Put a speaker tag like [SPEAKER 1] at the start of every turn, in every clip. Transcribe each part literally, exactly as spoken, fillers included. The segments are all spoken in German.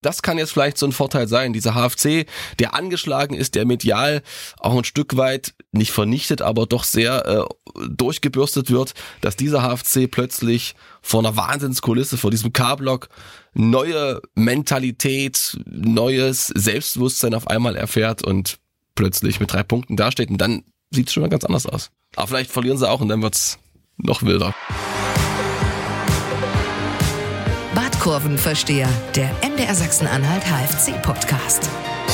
[SPEAKER 1] Das kann jetzt vielleicht so ein Vorteil sein. Dieser H F C, der angeschlagen ist, der medial auch ein Stück weit nicht vernichtet, aber doch sehr äh, durchgebürstet wird, dass dieser H F C plötzlich vor einer Wahnsinnskulisse, vor diesem K-Block neue Mentalität, neues Selbstbewusstsein auf einmal erfährt und plötzlich mit drei Punkten dasteht. Und dann sieht es schon mal ganz anders aus. Aber vielleicht verlieren sie auch und dann wird's noch wilder.
[SPEAKER 2] Kurvenversteher, der M D R Sachsen-Anhalt H F C-Podcast.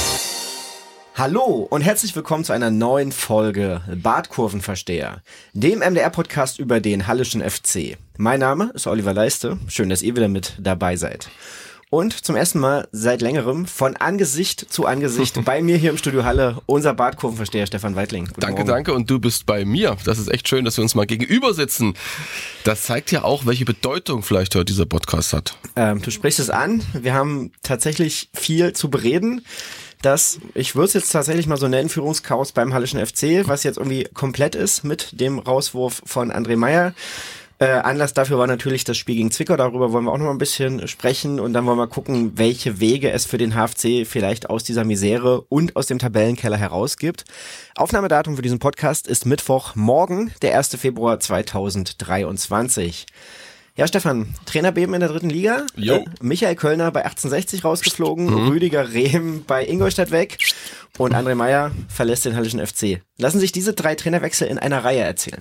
[SPEAKER 3] Hallo und herzlich willkommen zu einer neuen Folge Bartkurvenversteher, dem M D R-Podcast über den Halleschen F C. Mein Name ist Oliver Leiste, schön, dass ihr wieder mit dabei seid. Und zum ersten Mal seit längerem von Angesicht zu Angesicht bei mir hier im Studio Halle unser Bartkurvenversteher Stefan Weitling. Guten
[SPEAKER 1] danke,
[SPEAKER 3] Morgen.
[SPEAKER 1] danke und du bist bei mir. Das ist echt schön, dass wir uns mal gegenüber sitzen. Das zeigt ja auch, welche Bedeutung vielleicht heute dieser Podcast hat.
[SPEAKER 3] Ähm, du sprichst es an. Wir haben tatsächlich viel zu bereden. Das, ich würde es jetzt tatsächlich mal so nennen, Führungschaos beim Halleschen F C, was jetzt irgendwie komplett ist mit dem Rauswurf von André Meyer. Äh, Anlass dafür war natürlich das Spiel gegen Zwickau, darüber wollen wir auch noch mal ein bisschen sprechen und dann wollen wir gucken, welche Wege es für den H F C vielleicht aus dieser Misere und aus dem Tabellenkeller herausgibt. Aufnahmedatum für diesen Podcast ist Mittwoch, morgen, der erster Februar zweitausenddreiundzwanzig. Ja, Stefan, Trainerbeben in der dritten Liga.
[SPEAKER 1] Jo.
[SPEAKER 3] Michael Kölner bei achtzehnhundertsechzig rausgeflogen, mhm. Rüdiger Rehm bei Ingolstadt weg und André Meyer verlässt den Halleschen F C. Lassen sich diese drei Trainerwechsel in einer Reihe erzählen?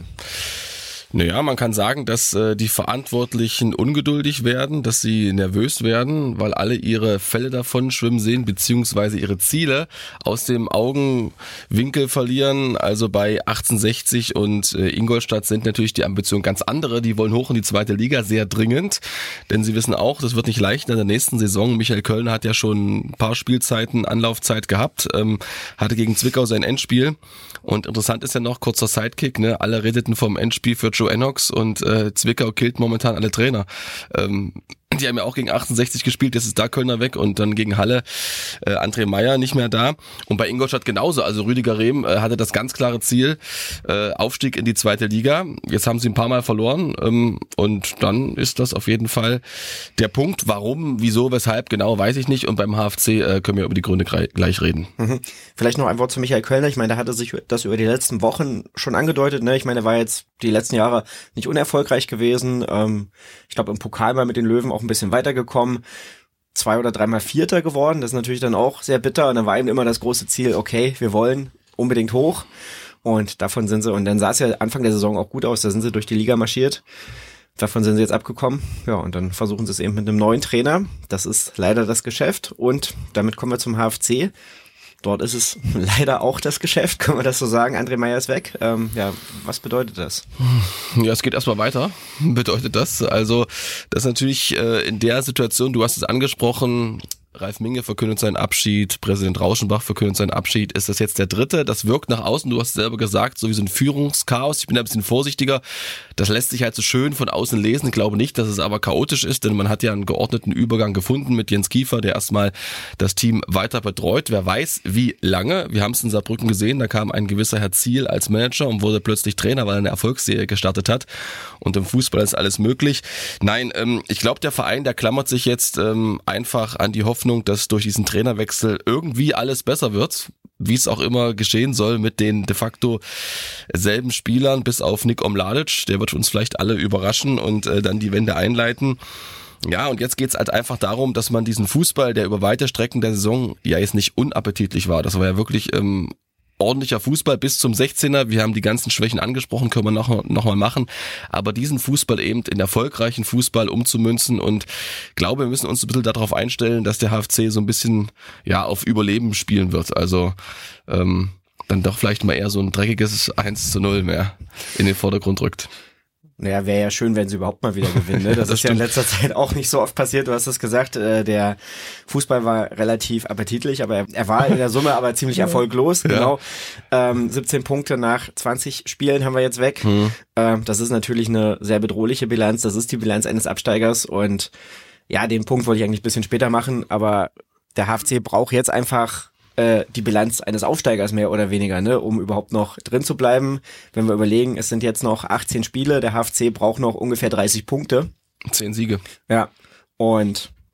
[SPEAKER 1] Naja, man kann sagen, dass äh, die Verantwortlichen ungeduldig werden, dass sie nervös werden, weil alle ihre Fälle davon schwimmen sehen, beziehungsweise ihre Ziele aus dem Augenwinkel verlieren. Also bei achtzehnhundertsechzig und äh, Ingolstadt sind natürlich die Ambitionen ganz andere. Die wollen hoch in die zweite Liga, sehr dringend, denn sie wissen auch, das wird nicht leicht in der nächsten Saison. Michael Kölner hat ja schon ein paar Spielzeiten, Anlaufzeit gehabt, ähm, hatte gegen Zwickau sein Endspiel. Und interessant ist ja noch, kurzer Sidekick, ne? Alle redeten vom Endspiel für Joe Ennox und äh, Zwickau killt momentan alle Trainer. Ähm, die haben ja auch gegen achtzehnhundertsechzig gespielt, jetzt ist da Kölner weg und dann gegen Halle äh, André Meyer nicht mehr da. Und bei Ingolstadt genauso, also Rüdiger Rehm äh, hatte das ganz klare Ziel, äh, Aufstieg in die zweite Liga. Jetzt haben sie ein paar Mal verloren ähm, und dann ist das auf jeden Fall der Punkt. Warum, wieso, weshalb, genau, weiß ich nicht. Und beim H F C äh, können wir über die Gründe gleich reden.
[SPEAKER 3] Mhm. Vielleicht noch ein Wort zu Michael Kölner. Ich meine, da hatte sich das über die letzten Wochen schon angedeutet. Ne? Ich meine, er war jetzt die letzten Jahre nicht unerfolgreich gewesen. Ähm, ich glaube, im Pokal mal mit den Löwen auch ein bisschen weitergekommen. Zwei oder dreimal Vierter geworden. Das ist natürlich dann auch sehr bitter. Und dann war eben immer das große Ziel, okay, wir wollen unbedingt hoch. Und davon sind sie, und dann sah es ja Anfang der Saison auch gut aus, da sind sie durch die Liga marschiert. Davon sind sie jetzt abgekommen. Ja, und dann versuchen sie es eben mit einem neuen Trainer. Das ist leider das Geschäft. Und damit kommen wir zum H F C. Dort ist es leider auch das Geschäft, können wir das so sagen. André Meyer ist weg. Ähm, ja, was bedeutet das?
[SPEAKER 1] Ja, es geht erstmal weiter, bedeutet das. Also, das ist natürlich äh, in der Situation, du hast es angesprochen, Ralf Minge verkündet seinen Abschied, Präsident Rauschenbach verkündet seinen Abschied. Ist das jetzt der dritte? Das wirkt nach außen, du hast es selber gesagt, so wie so ein Führungschaos. Ich bin da ein bisschen vorsichtiger. Das lässt sich halt so schön von außen lesen. Ich glaube nicht, dass es aber chaotisch ist, denn man hat ja einen geordneten Übergang gefunden mit Jens Kiefer, der erstmal das Team weiter betreut. Wer weiß, wie lange. Wir haben es in Saarbrücken gesehen, da kam ein gewisser Herr Ziel als Manager und wurde plötzlich Trainer, weil er eine Erfolgsserie gestartet hat. Und im Fußball ist alles möglich. Nein, ähm, ich glaube, der Verein, der klammert sich jetzt ähm, einfach an die Hoffnung, dass durch diesen Trainerwechsel irgendwie alles besser wird, wie es auch immer geschehen soll mit den de facto selben Spielern, bis auf Nick Omladic, der wird uns vielleicht alle überraschen und äh, dann die Wende einleiten. Ja, und jetzt geht's halt einfach darum, dass man diesen Fußball, der über weite Strecken der Saison ja jetzt nicht unappetitlich war, das war ja wirklich ähm, ordentlicher Fußball bis zum sechzehner. Wir haben die ganzen Schwächen angesprochen, können wir noch, noch mal machen. Aber diesen Fußball eben in erfolgreichen Fußball umzumünzen und glaube, wir müssen uns ein bisschen darauf einstellen, dass der H F C so ein bisschen ja auf Überleben spielen wird. Also ähm, dann doch vielleicht mal eher so ein dreckiges eins zu null mehr in den Vordergrund rückt.
[SPEAKER 3] Naja, wäre ja schön, wenn sie überhaupt mal wieder gewinnen. Ne? Das, das ist stimmt. Ja in letzter Zeit auch nicht so oft passiert. Du hast es gesagt, äh, der Fußball war relativ appetitlich, aber er, er war in der Summe aber ziemlich erfolglos. Ja. Genau, ähm, siebzehn Punkte nach zwanzig Spielen haben wir jetzt weg. Hm. Ähm, das ist natürlich eine sehr bedrohliche Bilanz. Das ist die Bilanz eines Absteigers und ja, den Punkt wollte ich eigentlich ein bisschen später machen, aber der H F C braucht jetzt einfach die Bilanz eines Aufsteigers mehr oder weniger, ne, um überhaupt noch drin zu bleiben. Wenn wir überlegen, es sind jetzt noch achtzehn Spiele, der H F C braucht noch ungefähr dreißig Punkte.
[SPEAKER 1] Zehn Siege.
[SPEAKER 3] Ja, und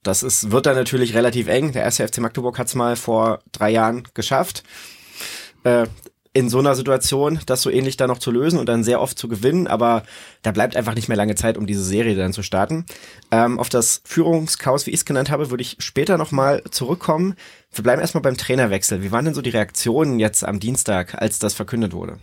[SPEAKER 3] Das ist, wird dann natürlich relativ eng. Der erste F C Magdeburg hat es mal vor drei Jahren geschafft, äh, in so einer Situation das so ähnlich dann noch zu lösen und dann sehr oft zu gewinnen, aber da bleibt einfach nicht mehr lange Zeit, um diese Serie dann zu starten. Ähm, auf das Führungschaos, wie ich es genannt habe, würde ich später nochmal zurückkommen. Wir bleiben erstmal beim Trainerwechsel. Wie waren denn so die Reaktionen jetzt am Dienstag, als das verkündet wurde?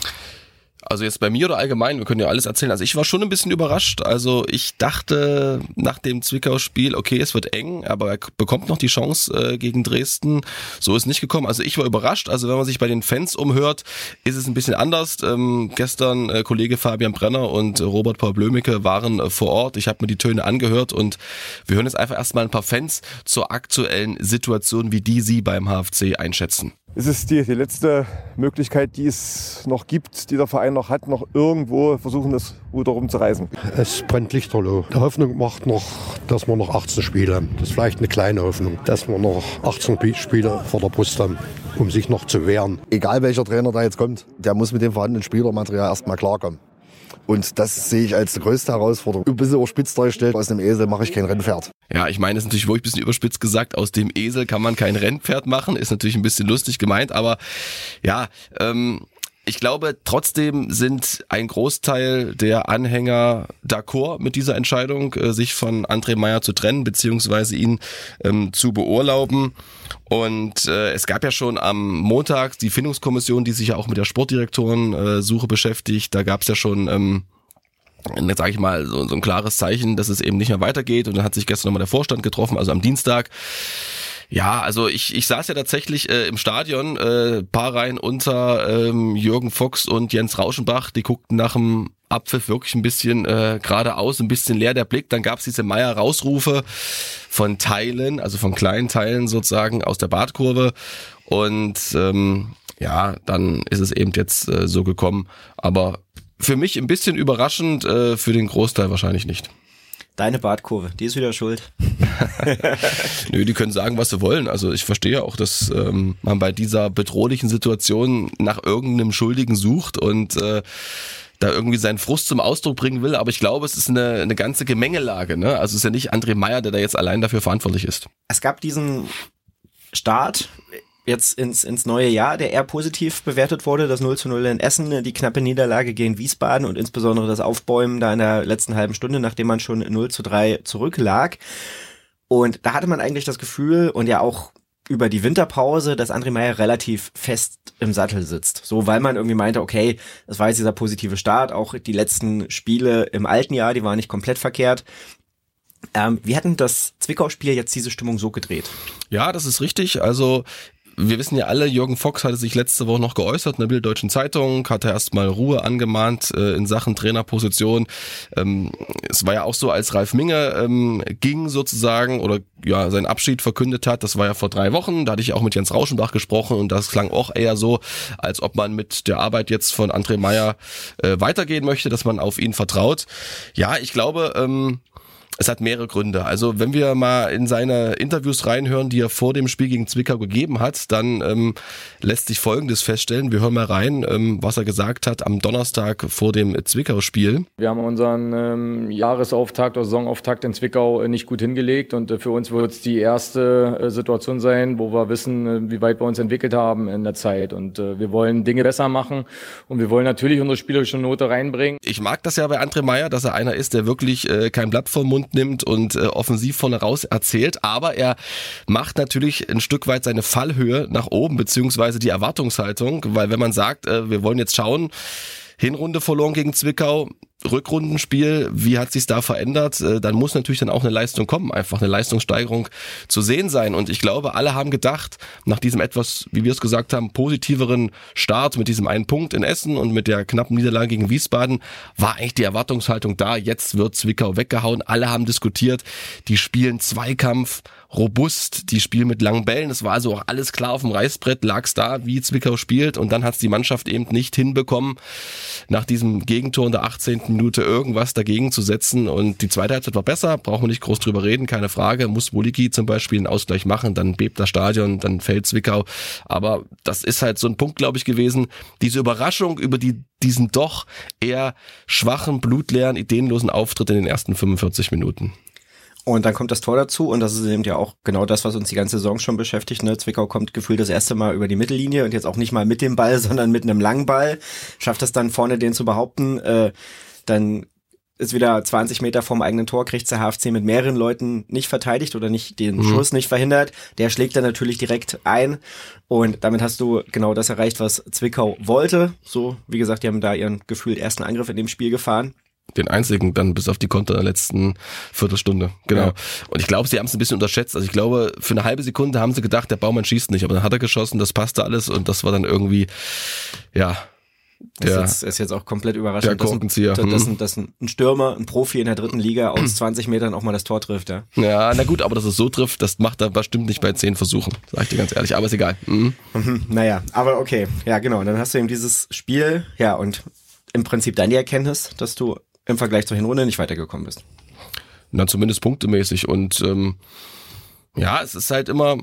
[SPEAKER 1] Also jetzt bei mir oder allgemein, wir können ja alles erzählen. Also ich war schon ein bisschen überrascht. Also ich dachte nach dem Zwickau-Spiel, okay, es wird eng, aber er bekommt noch die Chance äh, gegen Dresden. So ist nicht gekommen. Also ich war überrascht. Also wenn man sich bei den Fans umhört, ist es ein bisschen anders. Ähm, gestern äh, Kollege Fabian Brenner und äh, Robert Paul Blömecke waren äh, vor Ort. Ich habe mir die Töne angehört und wir hören jetzt einfach erstmal ein paar Fans zur aktuellen Situation, wie die sie beim H F C einschätzen.
[SPEAKER 4] Es ist die, die letzte Möglichkeit, die es noch gibt, die der Verein noch hat, noch irgendwo versuchen, das Ruder rumzureißen.
[SPEAKER 5] Es brennt lichterloh. Die Hoffnung macht noch, dass wir noch achtzehn Spiele haben. Das ist vielleicht eine kleine Hoffnung, dass wir noch achtzehn Spiele vor der Brust haben, um sich noch zu wehren.
[SPEAKER 6] Egal welcher Trainer da jetzt kommt, der muss mit dem vorhandenen Spielermaterial erstmal klarkommen. Und das sehe ich als die größte Herausforderung. Ein bisschen überspitzt dargestellt, aus dem Esel mache ich kein Rennpferd.
[SPEAKER 1] Ja, ich meine, das ist natürlich wirklich ein bisschen überspitzt gesagt, aus dem Esel kann man kein Rennpferd machen, ist natürlich ein bisschen lustig gemeint, aber ja, ähm, ich glaube, trotzdem sind ein Großteil der Anhänger d'accord mit dieser Entscheidung, äh, sich von André Meyer zu trennen, beziehungsweise ihn ähm, zu beurlauben. Und äh, es gab ja schon am Montag die Findungskommission, die sich ja auch mit der Sportdirektorensuche beschäftigt. Da gab es ja schon, ähm, sage ich mal, so, so ein klares Zeichen, dass es eben nicht mehr weitergeht. Und dann hat sich gestern nochmal der Vorstand getroffen, also am Dienstag. Ja, also ich ich saß ja tatsächlich äh, im Stadion, äh, paar Reihen unter ähm, Jürgen Fox und Jens Rauschenbach, die guckten nach dem Abpfiff wirklich ein bisschen äh, geradeaus, ein bisschen leer der Blick. Dann gab's diese Meier-Rausrufe von Teilen, also von kleinen Teilen sozusagen aus der Badkurve. Und ähm, ja, dann ist es eben jetzt äh, so gekommen. Aber für mich ein bisschen überraschend, äh, für den Großteil wahrscheinlich nicht.
[SPEAKER 3] Deine Bartkurve, die ist wieder schuld.
[SPEAKER 1] Nö, die können sagen, was sie wollen. Also ich verstehe auch, dass ähm, man bei dieser bedrohlichen Situation nach irgendeinem Schuldigen sucht und äh, da irgendwie seinen Frust zum Ausdruck bringen will. Aber ich glaube, es ist eine, eine ganze Gemengelage. Ne? Also es ist ja nicht André Meyer, der da jetzt allein dafür verantwortlich ist.
[SPEAKER 3] Es gab diesen Start jetzt ins ins neue Jahr, der eher positiv bewertet wurde, das null zu null in Essen, die knappe Niederlage gegen Wiesbaden und insbesondere das Aufbäumen da in der letzten halben Stunde, nachdem man schon null zu drei zurücklag. Und da hatte man eigentlich das Gefühl und ja auch über die Winterpause, dass André Meyer relativ fest im Sattel sitzt. So, weil man irgendwie meinte, okay, das war jetzt dieser positive Start, auch die letzten Spiele im alten Jahr, die waren nicht komplett verkehrt. Ähm, wie hat denn das Zwickau-Spiel jetzt diese Stimmung so gedreht?
[SPEAKER 1] Ja, das ist richtig. Also wir wissen ja alle, Jürgen Fox hatte sich letzte Woche noch geäußert in der Bilddeutschen Zeitung, hatte erstmal Ruhe angemahnt äh, in Sachen Trainerposition. Ähm, es war ja auch so, als Ralf Minge ähm, ging sozusagen oder ja seinen Abschied verkündet hat, das war ja vor drei Wochen, da hatte ich auch mit Jens Rauschenbach gesprochen und das klang auch eher so, als ob man mit der Arbeit jetzt von André Meyer äh, weitergehen möchte, dass man auf ihn vertraut. Ja, ich glaube, ähm, es hat mehrere Gründe. Also wenn wir mal in seine Interviews reinhören, die er vor dem Spiel gegen Zwickau gegeben hat, dann ähm, lässt sich Folgendes feststellen. Wir hören mal rein, ähm, was er gesagt hat am Donnerstag vor dem Zwickau-Spiel.
[SPEAKER 7] Wir haben unseren ähm, Jahresauftakt oder Saisonauftakt in Zwickau äh, nicht gut hingelegt und äh, für uns wird es die erste äh, Situation sein, wo wir wissen, äh, wie weit wir uns entwickelt haben in der Zeit. Und äh, wir wollen Dinge besser machen und wir wollen natürlich unsere spielerische Note reinbringen.
[SPEAKER 1] Ich mag das ja bei André Meyer, dass er einer ist, der wirklich äh, kein Blatt vom Mund nimmt und äh, offensiv vorne raus erzählt, aber er macht natürlich ein Stück weit seine Fallhöhe nach oben, beziehungsweise die Erwartungshaltung, weil wenn man sagt, äh, wir wollen jetzt schauen, Hinrunde verloren gegen Zwickau, Rückrundenspiel, wie hat sich's da verändert? Dann muss natürlich dann auch eine Leistung kommen, einfach eine Leistungssteigerung zu sehen sein. Und ich glaube, alle haben gedacht, nach diesem etwas, wie wir es gesagt haben, positiveren Start mit diesem einen Punkt in Essen und mit der knappen Niederlage gegen Wiesbaden, war eigentlich die Erwartungshaltung da, jetzt wird Zwickau weggehauen. Alle haben diskutiert, die spielen Zweikampf, robust, die spielen mit langen Bällen. Es war also auch alles klar auf dem Reißbrett, lag's da, wie Zwickau spielt. Und dann hat's die Mannschaft eben nicht hinbekommen, nach diesem Gegentor in der achtzehnten Minute irgendwas dagegen zu setzen. Und die zweite Halbzeit war besser, brauchen wir nicht groß drüber reden, keine Frage. Muss Wolicki zum Beispiel einen Ausgleich machen, dann bebt das Stadion, dann fällt Zwickau. Aber das ist halt so ein Punkt, glaube ich, gewesen. Diese Überraschung über die diesen doch eher schwachen, blutleeren, ideenlosen Auftritt in den ersten fünfundvierzig Minuten.
[SPEAKER 3] Und dann kommt das Tor dazu und das ist eben ja auch genau das, was uns die ganze Saison schon beschäftigt. Ne? Zwickau kommt gefühlt das erste Mal über die Mittellinie und jetzt auch nicht mal mit dem Ball, sondern mit einem langen Ball. Schafft es dann vorne, den zu behaupten. Äh, dann ist wieder zwanzig Meter vom eigenen Tor, kriegt der H F C mit mehreren Leuten nicht verteidigt oder nicht den mhm. Schuss nicht verhindert. Der schlägt dann natürlich direkt ein und damit hast du genau das erreicht, was Zwickau wollte. So, wie gesagt, die haben da ihren gefühlt ersten Angriff in dem Spiel gefahren.
[SPEAKER 1] Den einzigen, dann bis auf die Konter der letzten Viertelstunde. Genau. Ja. Und ich glaube, sie haben es ein bisschen unterschätzt. Also ich glaube, für eine halbe Sekunde haben sie gedacht, der Baumann schießt nicht. Aber dann hat er geschossen, das passte alles und das war dann irgendwie, ja...
[SPEAKER 3] Der, ist, jetzt, ist jetzt auch komplett überraschend,
[SPEAKER 1] der Korkenzieher.
[SPEAKER 3] dass, dass, dass ein Stürmer, ein Profi in der dritten Liga aus zwanzig Metern auch mal das Tor trifft. Ja,
[SPEAKER 1] ja na gut, aber dass es so trifft, das macht er bestimmt nicht bei zehn Versuchen. Sag ich dir ganz ehrlich, aber ist egal. Mhm.
[SPEAKER 3] Mhm, naja, aber okay. Ja, genau. Und dann hast du eben dieses Spiel, ja, und im Prinzip dann die Erkenntnis, dass du im Vergleich zur Hinrunde nicht weitergekommen bist.
[SPEAKER 1] Na, zumindest punktemäßig. Und ähm, ja, es ist halt immer...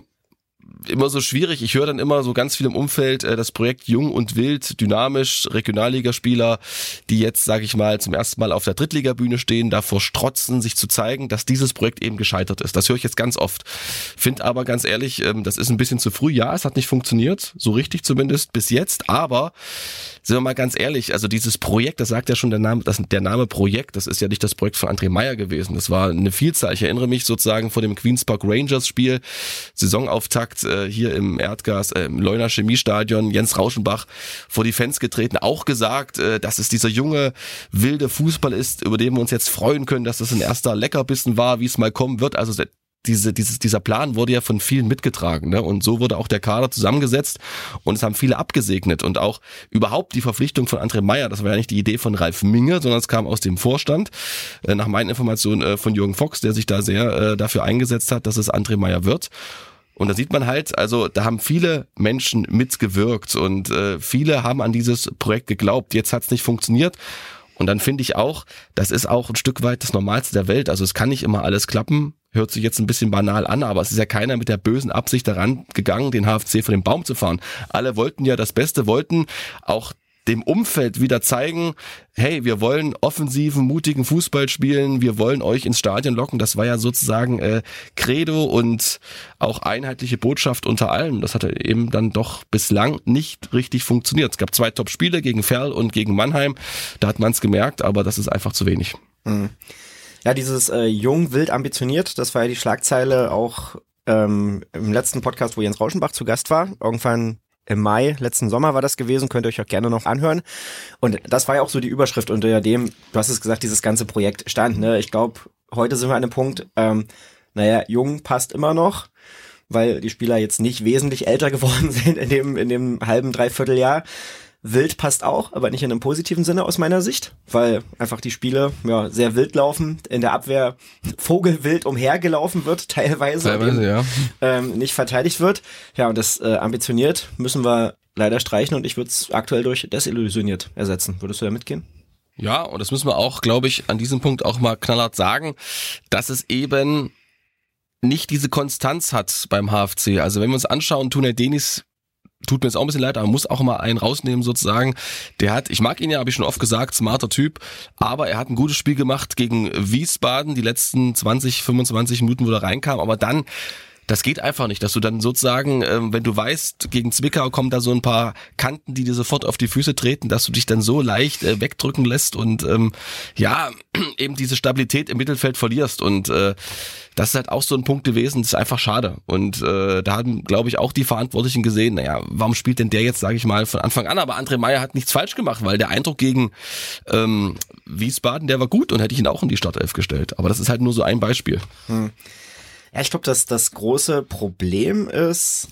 [SPEAKER 1] immer so schwierig. Ich höre dann immer so ganz viel im Umfeld, äh, das Projekt Jung und Wild, dynamisch, Regionalligaspieler, die jetzt, sage ich mal, zum ersten Mal auf der Drittligabühne stehen, davor strotzen, sich zu zeigen, dass dieses Projekt eben gescheitert ist. Das höre ich jetzt ganz oft. Find aber ganz ehrlich, ähm, das ist ein bisschen zu früh. Ja, es hat nicht funktioniert, so richtig zumindest bis jetzt, aber sind wir mal ganz ehrlich, also dieses Projekt, das sagt ja schon der Name, das, der Name Projekt, das ist ja nicht das Projekt von André Meyer gewesen. Das war eine Vielzahl. Ich erinnere mich sozusagen vor dem Queen's Park Rangers Spiel, Saisonauftakt äh, hier im Erdgas, äh, im Leuner Chemiestadion, Jens Rauschenbach vor die Fans getreten, auch gesagt, äh, dass es dieser junge, wilde Fußball ist, über den wir uns jetzt freuen können, dass das ein erster Leckerbissen war, wie es mal kommen wird. Also Diese, dieses, dieser Plan wurde ja von vielen mitgetragen, ne? Und so wurde auch der Kader zusammengesetzt und es haben viele abgesegnet und auch überhaupt die Verpflichtung von André Meyer, das war ja nicht die Idee von Ralf Minge, sondern es kam aus dem Vorstand, äh, nach meinen Informationen äh, von Jürgen Fox, der sich da sehr äh, dafür eingesetzt hat, dass es André Meyer wird. Und da sieht man halt, also da haben viele Menschen mitgewirkt und äh, viele haben an dieses Projekt geglaubt. Jetzt hat es nicht funktioniert. Und dann finde ich auch, das ist auch ein Stück weit das Normalste der Welt. Also es kann nicht immer alles klappen. Hört sich jetzt ein bisschen banal an, aber es ist ja keiner mit der bösen Absicht daran gegangen, den H F C von dem Baum zu fahren. Alle wollten ja das Beste, wollten auch dem Umfeld wieder zeigen, hey, wir wollen offensiven, mutigen Fußball spielen, wir wollen euch ins Stadion locken. Das war ja sozusagen äh, Credo und auch einheitliche Botschaft unter allem. Das hat eben dann doch bislang nicht richtig funktioniert. Es gab zwei Top-Spiele gegen Ferl und gegen Mannheim. Da hat man es gemerkt, aber das ist einfach zu wenig.
[SPEAKER 3] Mhm. Ja, dieses äh, jung, wild, ambitioniert, das war ja die Schlagzeile auch ähm, im letzten Podcast, wo Jens Rauschenbach zu Gast war. Irgendwann im Mai, letzten Sommer war das gewesen, könnt ihr euch auch gerne noch anhören. Und das war ja auch so die Überschrift, unter dem, du hast es gesagt, dieses ganze Projekt stand. Ne? Ich glaube, heute sind wir an einem Punkt, ähm, naja, jung passt immer noch, weil die Spieler jetzt nicht wesentlich älter geworden sind in dem, in dem halben, dreiviertel Jahr. Wild passt auch, aber nicht in einem positiven Sinne aus meiner Sicht, weil einfach die Spiele ja sehr wild laufen, in der Abwehr vogelwild umhergelaufen wird, teilweise,
[SPEAKER 1] teilweise
[SPEAKER 3] eben,
[SPEAKER 1] ja.
[SPEAKER 3] ähm, nicht verteidigt wird. Ja, und das äh, ambitioniert müssen wir leider streichen und ich würde es aktuell durch desillusioniert ersetzen. Würdest du da mitgehen?
[SPEAKER 1] Ja, und das müssen wir auch, glaube ich, an diesem Punkt auch mal knallhart sagen, dass es eben nicht diese Konstanz hat beim H F C. Also wenn wir uns anschauen, Tunay Denis, tut mir jetzt auch ein bisschen leid, aber man muss auch mal einen rausnehmen sozusagen. Der hat, ich mag ihn ja, habe ich schon oft gesagt, smarter Typ, aber er hat ein gutes Spiel gemacht gegen Wiesbaden, die letzten zwanzig, fünfundzwanzig Minuten, wo er reinkam, aber dann, das geht einfach nicht, dass du dann sozusagen, ähm, wenn du weißt, gegen Zwickau kommen da so ein paar Kanten, die dir sofort auf die Füße treten, dass du dich dann so leicht äh, wegdrücken lässt und ähm, ja, eben diese Stabilität im Mittelfeld verlierst und äh, das ist halt auch so ein Punkt gewesen, das ist einfach schade. Und äh, da haben, glaube ich, auch die Verantwortlichen gesehen, naja, warum spielt denn der jetzt, sage ich mal, von Anfang an? Aber André Meyer hat nichts falsch gemacht, weil der Eindruck gegen ähm, Wiesbaden, der war gut und hätte ich ihn auch in die Startelf gestellt. Aber das ist halt nur so ein Beispiel.
[SPEAKER 3] Hm. Ja, ich glaube, dass das große Problem ist,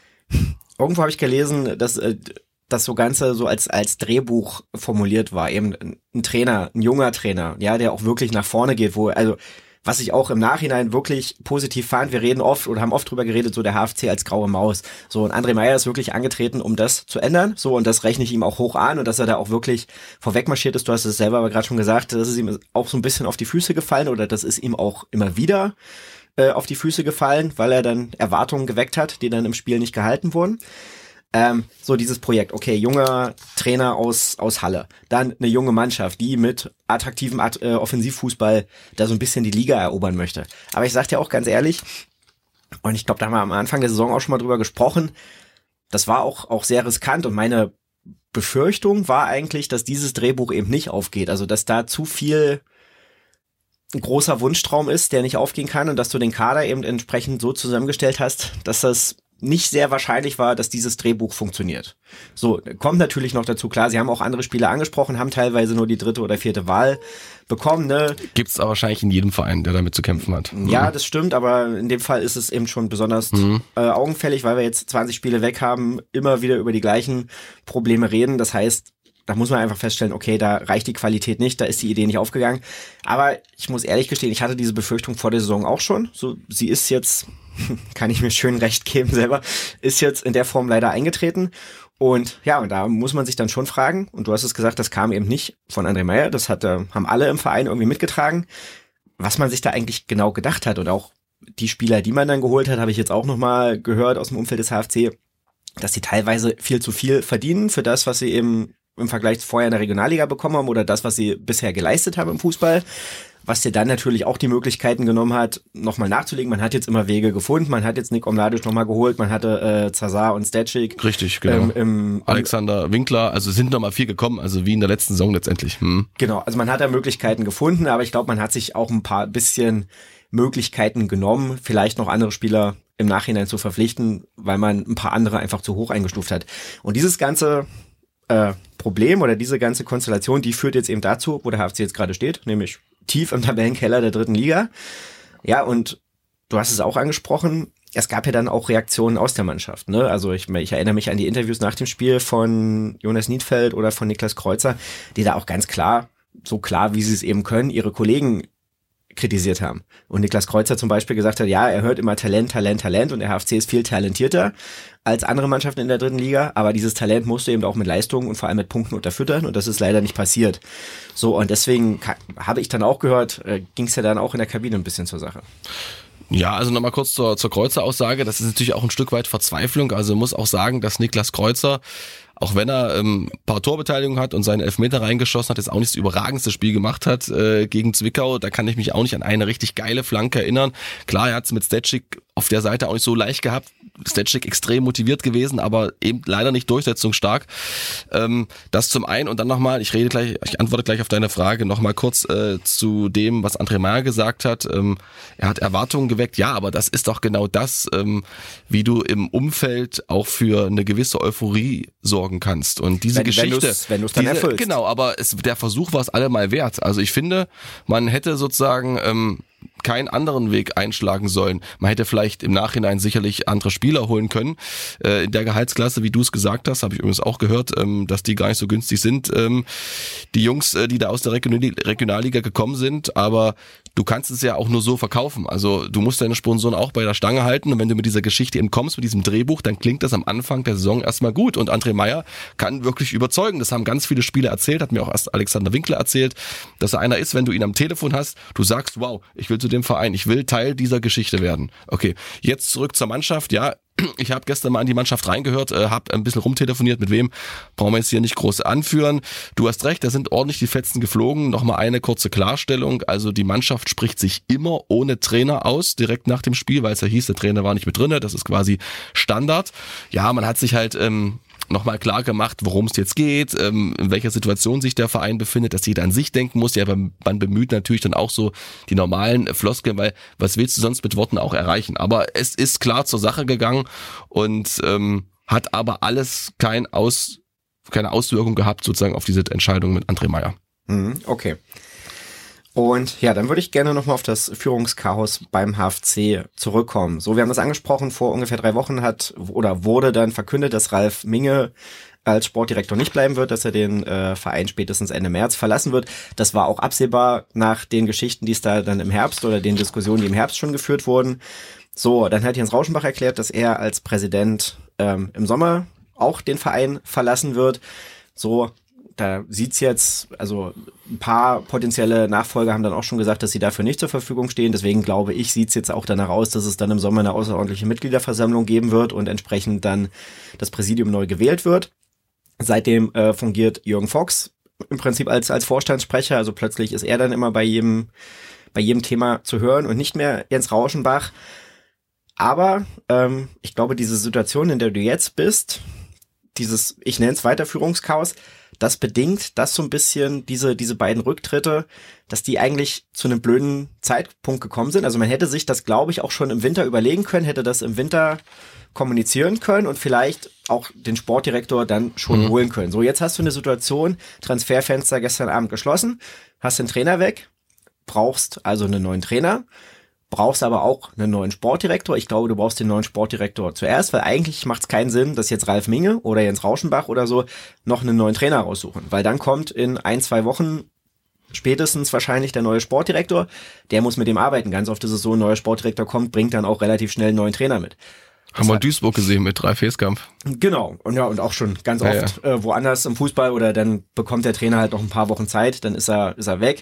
[SPEAKER 3] irgendwo habe ich gelesen, dass äh, das so Ganze so als als Drehbuch formuliert war. Eben ein Trainer, ein junger Trainer, ja, der auch wirklich nach vorne geht, wo, also was ich auch im Nachhinein wirklich positiv fand, wir reden oft oder haben oft drüber geredet, so der H F C als graue Maus. So, und André Meyer ist wirklich angetreten, um das zu ändern. So, und das rechne ich ihm auch hoch an und dass er da auch wirklich vorwegmarschiert ist. Du hast es selber aber gerade schon gesagt, das ist ihm auch so ein bisschen auf die Füße gefallen oder das ist ihm auch immer wieder äh, auf die Füße gefallen, weil er dann Erwartungen geweckt hat, die dann im Spiel nicht gehalten wurden. Ähm, so dieses Projekt, okay, junger Trainer aus aus Halle, dann eine junge Mannschaft, die mit attraktivem äh, Offensivfußball da so ein bisschen die Liga erobern möchte. Aber ich sag dir auch ganz ehrlich, und ich glaube, da haben wir am Anfang der Saison auch schon mal drüber gesprochen, das war auch auch sehr riskant und meine Befürchtung war eigentlich, dass dieses Drehbuch eben nicht aufgeht, also dass da zu viel ein großer Wunschtraum ist, der nicht aufgehen kann und dass du den Kader eben entsprechend so zusammengestellt hast, dass das nicht sehr wahrscheinlich war, dass dieses Drehbuch funktioniert. So, kommt natürlich noch dazu, klar, sie haben auch andere Spieler angesprochen, haben teilweise nur die dritte oder vierte Wahl bekommen, ne?
[SPEAKER 1] Gibt's aber wahrscheinlich in jedem Verein, der damit zu kämpfen hat.
[SPEAKER 3] Ja, das stimmt, aber in dem Fall ist es eben schon besonders mhm. äh, augenfällig, weil wir jetzt zwanzig Spiele weg haben, immer wieder über die gleichen Probleme reden. Das heißt, da muss man einfach feststellen, okay, da reicht die Qualität nicht, da ist die Idee nicht aufgegangen. Aber ich muss ehrlich gestehen, ich hatte diese Befürchtung vor der Saison auch schon. So, sie ist jetzt, kann ich mir schön recht geben selber, ist jetzt in der Form leider eingetreten. Und ja, und da muss man sich dann schon fragen, und du hast es gesagt, das kam eben nicht von André Meyer, das hat, haben alle im Verein irgendwie mitgetragen, was man sich da eigentlich genau gedacht hat. Und auch die Spieler, die man dann geholt hat, habe ich jetzt auch nochmal gehört aus dem Umfeld des H F C, dass sie teilweise viel zu viel verdienen für das, was sie eben im Vergleich vorher in der Regionalliga bekommen haben oder das, was sie bisher geleistet haben im Fußball, was dir dann natürlich auch die Möglichkeiten genommen hat, nochmal nachzulegen. Man hat jetzt immer Wege gefunden, man hat jetzt Nick Omladic nochmal geholt, man hatte äh, Zazar und Stecik.
[SPEAKER 1] Richtig, genau. Ähm, im, Alexander Winkler, also sind nochmal viel gekommen, also wie in der letzten Saison letztendlich. Hm.
[SPEAKER 3] Genau, also man hat da Möglichkeiten gefunden, aber ich glaube, man hat sich auch ein paar bisschen Möglichkeiten genommen, vielleicht noch andere Spieler im Nachhinein zu verpflichten, weil man ein paar andere einfach zu hoch eingestuft hat. Und dieses ganze äh, Problem oder diese ganze Konstellation, die führt jetzt eben dazu, wo der H F C jetzt gerade steht, nämlich tief im Tabellenkeller der dritten Liga. Ja, und du hast es auch angesprochen, es gab ja dann auch Reaktionen aus der Mannschaft, ne? Also ich, ich erinnere mich an die Interviews nach dem Spiel von Jonas Niedfeld oder von Niklas Kreuzer, die da auch ganz klar, so klar wie sie es eben können, ihre Kollegen kritisiert haben. Und Niklas Kreuzer zum Beispiel gesagt hat, ja, er hört immer Talent, Talent, Talent und der H F C ist viel talentierter als andere Mannschaften in der dritten Liga, aber dieses Talent musst du eben auch mit Leistungen und vor allem mit Punkten unterfüttern und das ist leider nicht passiert. So, und deswegen habe ich dann auch gehört, äh, ging es ja dann auch in der Kabine ein bisschen zur Sache.
[SPEAKER 1] Ja, also nochmal kurz zur, zur Kreuzer-Aussage, das ist natürlich auch ein Stück weit Verzweiflung, also muss auch sagen, dass Niklas Kreuzer, auch wenn er ähm, ein paar Torbeteiligungen hat und seinen Elfmeter reingeschossen hat, jetzt auch nicht das überragendste Spiel gemacht hat äh, gegen Zwickau, da kann ich mich auch nicht an eine richtig geile Flanke erinnern. Klar, er hat es mit Stecik auf der Seite auch nicht so leicht gehabt, Stecik extrem motiviert gewesen, aber eben leider nicht durchsetzungsstark. Ähm, das zum einen und dann nochmal, ich rede gleich, ich antworte gleich auf deine Frage, nochmal kurz äh, zu dem, was André Meyer gesagt hat. Ähm, er hat Erwartungen geweckt, ja, aber das ist doch genau das, ähm, wie du im Umfeld auch für eine gewisse Euphorie sorgen kannst. Und diese
[SPEAKER 3] wenn,
[SPEAKER 1] Geschichte,
[SPEAKER 3] wenn du es dann
[SPEAKER 1] diese,
[SPEAKER 3] erfüllst.
[SPEAKER 1] Genau, aber es, der Versuch war es allemal wert. Also ich finde, man hätte sozusagen ähm, keinen anderen Weg einschlagen sollen. Man hätte vielleicht im Nachhinein sicherlich andere Spieler holen können. Äh, in der Gehaltsklasse, wie du es gesagt hast, habe ich übrigens auch gehört, ähm, dass die gar nicht so günstig sind. Ähm, die Jungs, äh, die da aus der Region- Regionalliga gekommen sind, aber du kannst es ja auch nur so verkaufen. Also du musst deine Sponsoren auch bei der Stange halten und wenn du mit dieser Geschichte entkommst, mit diesem Drehbuch, dann klingt das am Anfang der Saison erstmal gut und André Meyer kann wirklich überzeugen. Das haben ganz viele Spieler erzählt, hat mir auch erst Alexander Winkler erzählt, dass er einer ist, wenn du ihn am Telefon hast, du sagst, wow, ich will zu dem Verein, ich will Teil dieser Geschichte werden. Okay, jetzt zurück zur Mannschaft. Ja, ich habe gestern mal in die Mannschaft reingehört, äh, habe ein bisschen rumtelefoniert, mit wem brauchen wir jetzt hier nicht groß anführen. Du hast recht, da sind ordentlich die Fetzen geflogen. Nochmal eine kurze Klarstellung, also die Mannschaft spricht sich immer ohne Trainer aus, direkt nach dem Spiel, weil es ja hieß, der Trainer war nicht mit drin, das ist quasi Standard. Ja, man hat sich halt ähm, nochmal klar gemacht, worum es jetzt geht, ähm, in welcher Situation sich der Verein befindet, dass jeder an sich denken muss. Ja, aber man bemüht natürlich dann auch so die normalen Floskeln, weil was willst du sonst mit Worten auch erreichen? Aber es ist klar zur Sache gegangen und ähm, hat aber alles kein Aus, keine Auswirkung gehabt sozusagen auf diese Entscheidung mit André Meyer.
[SPEAKER 3] Mhm, okay. Und ja, dann würde ich gerne nochmal auf das Führungschaos beim H F C zurückkommen. So, wir haben das angesprochen, vor ungefähr drei Wochen hat oder wurde dann verkündet, dass Ralf Minge als Sportdirektor nicht bleiben wird, dass er den äh, Verein spätestens Ende März verlassen wird. Das war auch absehbar nach den Geschichten, die es da dann im Herbst oder den Diskussionen, die im Herbst schon geführt wurden. So, dann hat Jens Rauschenbach erklärt, dass er als Präsident ähm, im Sommer auch den Verein verlassen wird. So, da sieht's jetzt, also ein paar potenzielle Nachfolger haben dann auch schon gesagt, dass sie dafür nicht zur Verfügung stehen. Deswegen glaube ich, sieht's jetzt auch danach aus, dass es dann im Sommer eine außerordentliche Mitgliederversammlung geben wird und entsprechend dann das Präsidium neu gewählt wird. Seitdem äh, fungiert Jürgen Fox im Prinzip als als Vorstandssprecher. Also plötzlich ist er dann immer bei jedem bei jedem Thema zu hören und nicht mehr Jens Rauschenbach. Aber ähm, ich glaube, diese Situation, in der du jetzt bist, dieses, ich nenne es Weiterführungschaos, das bedingt, dass so ein bisschen diese diese beiden Rücktritte, dass die eigentlich zu einem blöden Zeitpunkt gekommen sind. Also man hätte sich das, glaube ich, auch schon im Winter überlegen können, hätte das im Winter kommunizieren können und vielleicht auch den Sportdirektor dann schon mhm. holen können. So, jetzt hast du eine Situation, Transferfenster gestern Abend geschlossen, hast den Trainer weg, brauchst also einen neuen Trainer, brauchst aber auch einen neuen Sportdirektor. Ich glaube, du brauchst den neuen Sportdirektor zuerst, weil eigentlich macht es keinen Sinn, dass jetzt Ralf Minge oder Jens Rauschenbach oder so noch einen neuen Trainer raussuchen, weil dann kommt in ein, zwei Wochen spätestens wahrscheinlich der neue Sportdirektor, der muss mit dem arbeiten. Ganz oft ist es so, ein neuer Sportdirektor kommt, bringt dann auch relativ schnell einen neuen Trainer mit.
[SPEAKER 1] Das haben wir in Duisburg gesehen mit Ralf Heeskamp.
[SPEAKER 3] Genau, und ja, und auch schon ganz oft ja, ja. Äh, woanders im Fußball oder dann bekommt der Trainer halt noch ein paar Wochen Zeit, dann ist er, ist er weg.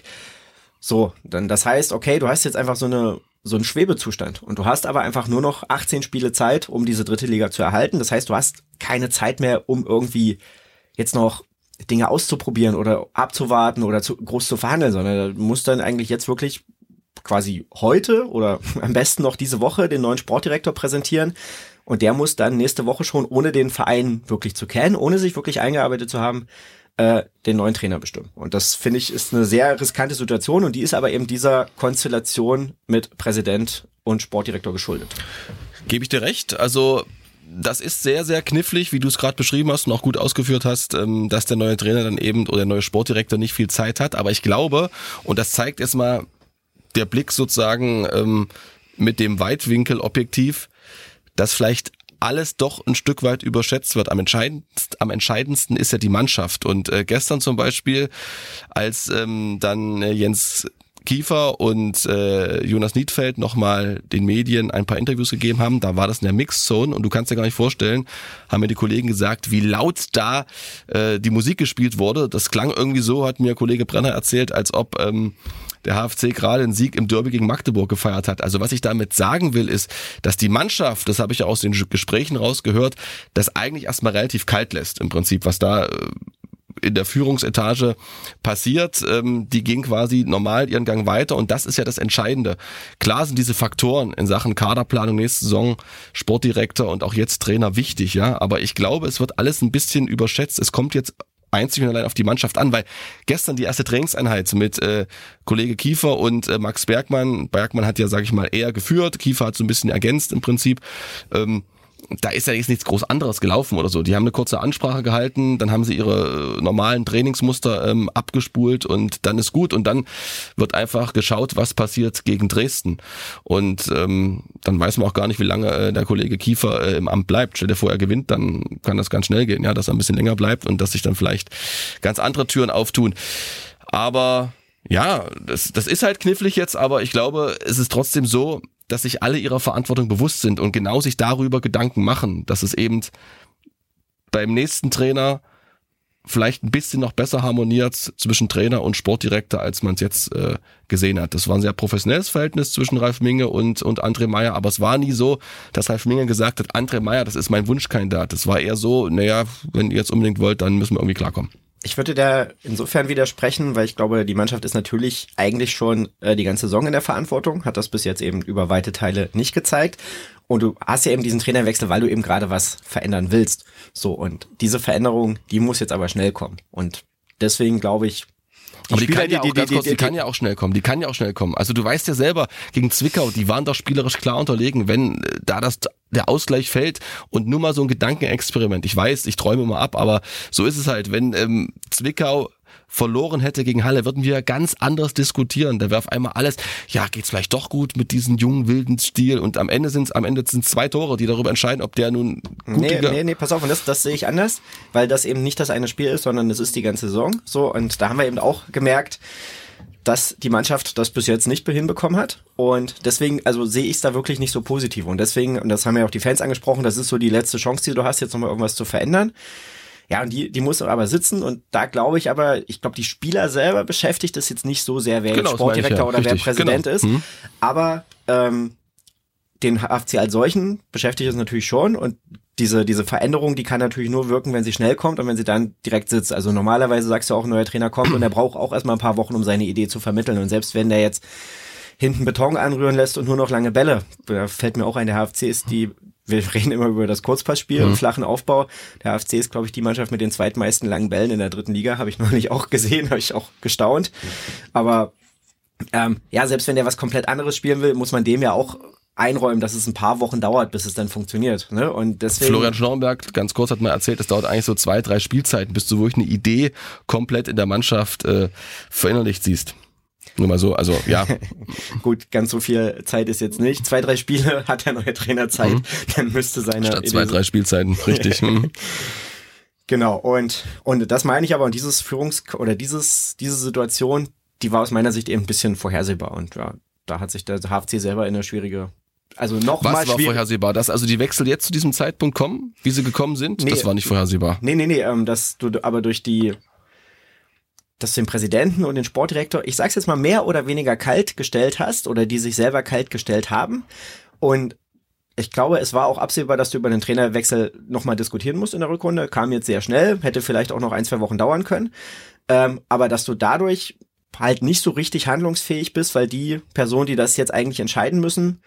[SPEAKER 3] So, dann das heißt, okay, du hast jetzt einfach so eine so einen Schwebezustand und du hast aber einfach nur noch achtzehn Spiele Zeit, um diese dritte Liga zu erhalten. Das heißt, du hast keine Zeit mehr, um irgendwie jetzt noch Dinge auszuprobieren oder abzuwarten oder zu, groß zu verhandeln, sondern du musst dann eigentlich jetzt wirklich quasi heute oder am besten noch diese Woche den neuen Sportdirektor präsentieren und der muss dann nächste Woche schon, ohne den Verein wirklich zu kennen, ohne sich wirklich eingearbeitet zu haben, äh, den neuen Trainer bestimmen. Und das, finde ich, ist eine sehr riskante Situation und die ist aber eben dieser Konstellation mit Präsident und Sportdirektor geschuldet.
[SPEAKER 1] Gebe ich dir recht. Also das ist sehr, sehr knifflig, wie du es gerade beschrieben hast und auch gut ausgeführt hast, dass der neue Trainer dann eben oder der neue Sportdirektor nicht viel Zeit hat. Aber ich glaube, und das zeigt erstmal der Blick sozusagen ähm, mit dem Weitwinkel objektiv, dass vielleicht alles doch ein Stück weit überschätzt wird. Am entscheidendsten, am entscheidendsten ist ja die Mannschaft. Und äh, gestern zum Beispiel, als ähm, dann äh, Jens Kiefer und äh, Jonas Niedfeld nochmal den Medien ein paar Interviews gegeben haben, da war das in der Mixzone und du kannst dir gar nicht vorstellen, haben mir die Kollegen gesagt, wie laut da äh, die Musik gespielt wurde. Das klang irgendwie so, hat mir Kollege Brenner erzählt, als ob ähm, der H F C gerade einen Sieg im Derby gegen Magdeburg gefeiert hat. Also was ich damit sagen will, ist, dass die Mannschaft, das habe ich ja aus den Gesprächen rausgehört, das eigentlich erstmal relativ kalt lässt im Prinzip, was da äh, in der Führungsetage passiert. Ähm, die gehen quasi normal ihren Gang weiter und das ist ja das Entscheidende. Klar sind diese Faktoren in Sachen Kaderplanung nächste Saison, Sportdirektor und auch jetzt Trainer wichtig, ja, aber ich glaube, es wird alles ein bisschen überschätzt. Es kommt jetzt einzig und allein auf die Mannschaft an, weil gestern die erste Trainingseinheit mit äh, Kollege Kiefer und äh, Max Bergmann, Bergmann hat ja, sage ich mal, eher geführt, Kiefer hat so ein bisschen ergänzt im Prinzip, ähm, da ist ja jetzt nichts groß anderes gelaufen oder so. Die haben eine kurze Ansprache gehalten, dann haben sie ihre normalen Trainingsmuster ähm, abgespult und dann ist gut und dann wird einfach geschaut, was passiert gegen Dresden und ähm, dann weiß man auch gar nicht, wie lange äh, der Kollege Kiefer äh, im Amt bleibt. Stell dir vor, er gewinnt, dann kann das ganz schnell gehen, ja, dass er ein bisschen länger bleibt und dass sich dann vielleicht ganz andere Türen auftun. Aber ja, das, das ist halt knifflig jetzt, aber ich glaube, es ist trotzdem so, dass sich alle ihrer Verantwortung bewusst sind und genau sich darüber Gedanken machen, dass es eben beim nächsten Trainer vielleicht ein bisschen noch besser harmoniert zwischen Trainer und Sportdirektor, als man es jetzt äh, gesehen hat. Das war ein sehr professionelles Verhältnis zwischen Ralf Minge und und André Meyer, aber es war nie so, dass Ralf Minge gesagt hat, André Meyer, das ist mein Wunschkandidat. Das war eher so, naja, wenn ihr jetzt unbedingt wollt, dann müssen wir irgendwie klarkommen.
[SPEAKER 3] Ich würde da insofern widersprechen, weil ich glaube, die Mannschaft ist natürlich eigentlich schon äh, die ganze Saison in der Verantwortung, hat das bis jetzt eben über weite Teile nicht gezeigt. Und du hast ja eben diesen Trainerwechsel, weil du eben gerade was verändern willst. So, und diese Veränderung, die muss jetzt aber schnell kommen. Und deswegen glaube ich,
[SPEAKER 1] Die aber die kann, ja auch, die, die, kurz, die, die, die kann ja auch schnell kommen, die kann ja auch schnell kommen. Also du weißt ja selber, gegen Zwickau, die waren doch spielerisch klar unterlegen, wenn da das der Ausgleich fällt und nur mal so ein Gedankenexperiment. Ich weiß, ich träume immer ab, aber so ist es halt. Wenn ähm, Zwickau verloren hätte gegen Halle, würden wir ganz anders diskutieren. Da wäre auf einmal alles, ja, geht's vielleicht doch gut mit diesem jungen, wilden Stil und am Ende sind's, am Ende sind's zwei Tore, die darüber entscheiden, ob der nun gut
[SPEAKER 3] nee, nee, nee, pass auf, und das, das sehe ich anders, weil das eben nicht das eine Spiel ist, sondern es ist die ganze Saison, so, und da haben wir eben auch gemerkt, dass die Mannschaft das bis jetzt nicht hinbekommen hat und deswegen, also sehe ich es da wirklich nicht so positiv und deswegen, und das haben ja auch die Fans angesprochen, das ist so die letzte Chance, die du hast, jetzt nochmal irgendwas zu verändern. Ja, und die, die muss aber sitzen und da glaube ich aber, ich glaube, die Spieler selber beschäftigt es jetzt nicht so sehr, wer
[SPEAKER 1] genau,
[SPEAKER 3] jetzt Sportdirektor ja. oder
[SPEAKER 1] Richtig.
[SPEAKER 3] wer Präsident
[SPEAKER 1] genau.
[SPEAKER 3] ist,
[SPEAKER 1] mhm.
[SPEAKER 3] aber ähm, den H F C als solchen beschäftigt es natürlich schon und diese diese Veränderung, die kann natürlich nur wirken, wenn sie schnell kommt und wenn sie dann direkt sitzt. Also normalerweise sagst du auch, ein neuer Trainer kommt und der braucht auch erstmal ein paar Wochen, um seine Idee zu vermitteln. Und selbst wenn der jetzt hinten Beton anrühren lässt und nur noch lange Bälle, da fällt mir auch ein, der H F C ist die, wir reden immer über das Kurzpassspiel
[SPEAKER 1] mhm.
[SPEAKER 3] und flachen Aufbau. Der H F C ist, glaube ich, die Mannschaft mit den zweitmeisten langen Bällen in der dritten Liga, habe ich neulich auch gesehen, habe ich auch gestaunt. Aber ähm, ja, selbst wenn der was komplett anderes spielen will, muss man dem ja auch einräumen, dass es ein paar Wochen dauert, bis es dann funktioniert. Ne? Und deswegen
[SPEAKER 1] Florian Schnorrenberg, ganz kurz, hat mal erzählt, es dauert eigentlich so zwei, drei Spielzeiten, bis du wirklich eine Idee komplett in der Mannschaft äh, verinnerlicht siehst. Nur mal so, also ja.
[SPEAKER 3] Gut, ganz so viel Zeit ist jetzt nicht. Zwei, drei Spiele hat der neue Trainer Zeit, mhm. dann müsste seine
[SPEAKER 1] Statt
[SPEAKER 3] Idee
[SPEAKER 1] zwei, drei Spielzeiten, richtig. mhm.
[SPEAKER 3] Genau, und und das meine ich aber, und dieses Führungs- oder dieses diese Situation, die war aus meiner Sicht eben ein bisschen vorhersehbar und ja, da hat sich der H F C selber in eine schwierige Also noch
[SPEAKER 1] Was
[SPEAKER 3] mal
[SPEAKER 1] war
[SPEAKER 3] schwierig.
[SPEAKER 1] vorhersehbar? Dass also die Wechsel jetzt zu diesem Zeitpunkt kommen, wie sie gekommen sind?
[SPEAKER 3] Nee,
[SPEAKER 1] das war nicht vorhersehbar.
[SPEAKER 3] Nee, nee, nee, ähm, dass du aber durch die, dass du den Präsidenten und den Sportdirektor, ich sag's jetzt mal, mehr oder weniger kalt gestellt hast oder die sich selber kalt gestellt haben. Und ich glaube, es war auch absehbar, dass du über den Trainerwechsel nochmal diskutieren musst in der Rückrunde. Kam jetzt sehr schnell, hätte vielleicht auch noch ein, zwei Wochen dauern können. Ähm, aber dass du dadurch halt nicht so richtig handlungsfähig bist, weil die Personen, die das jetzt eigentlich entscheiden müssen,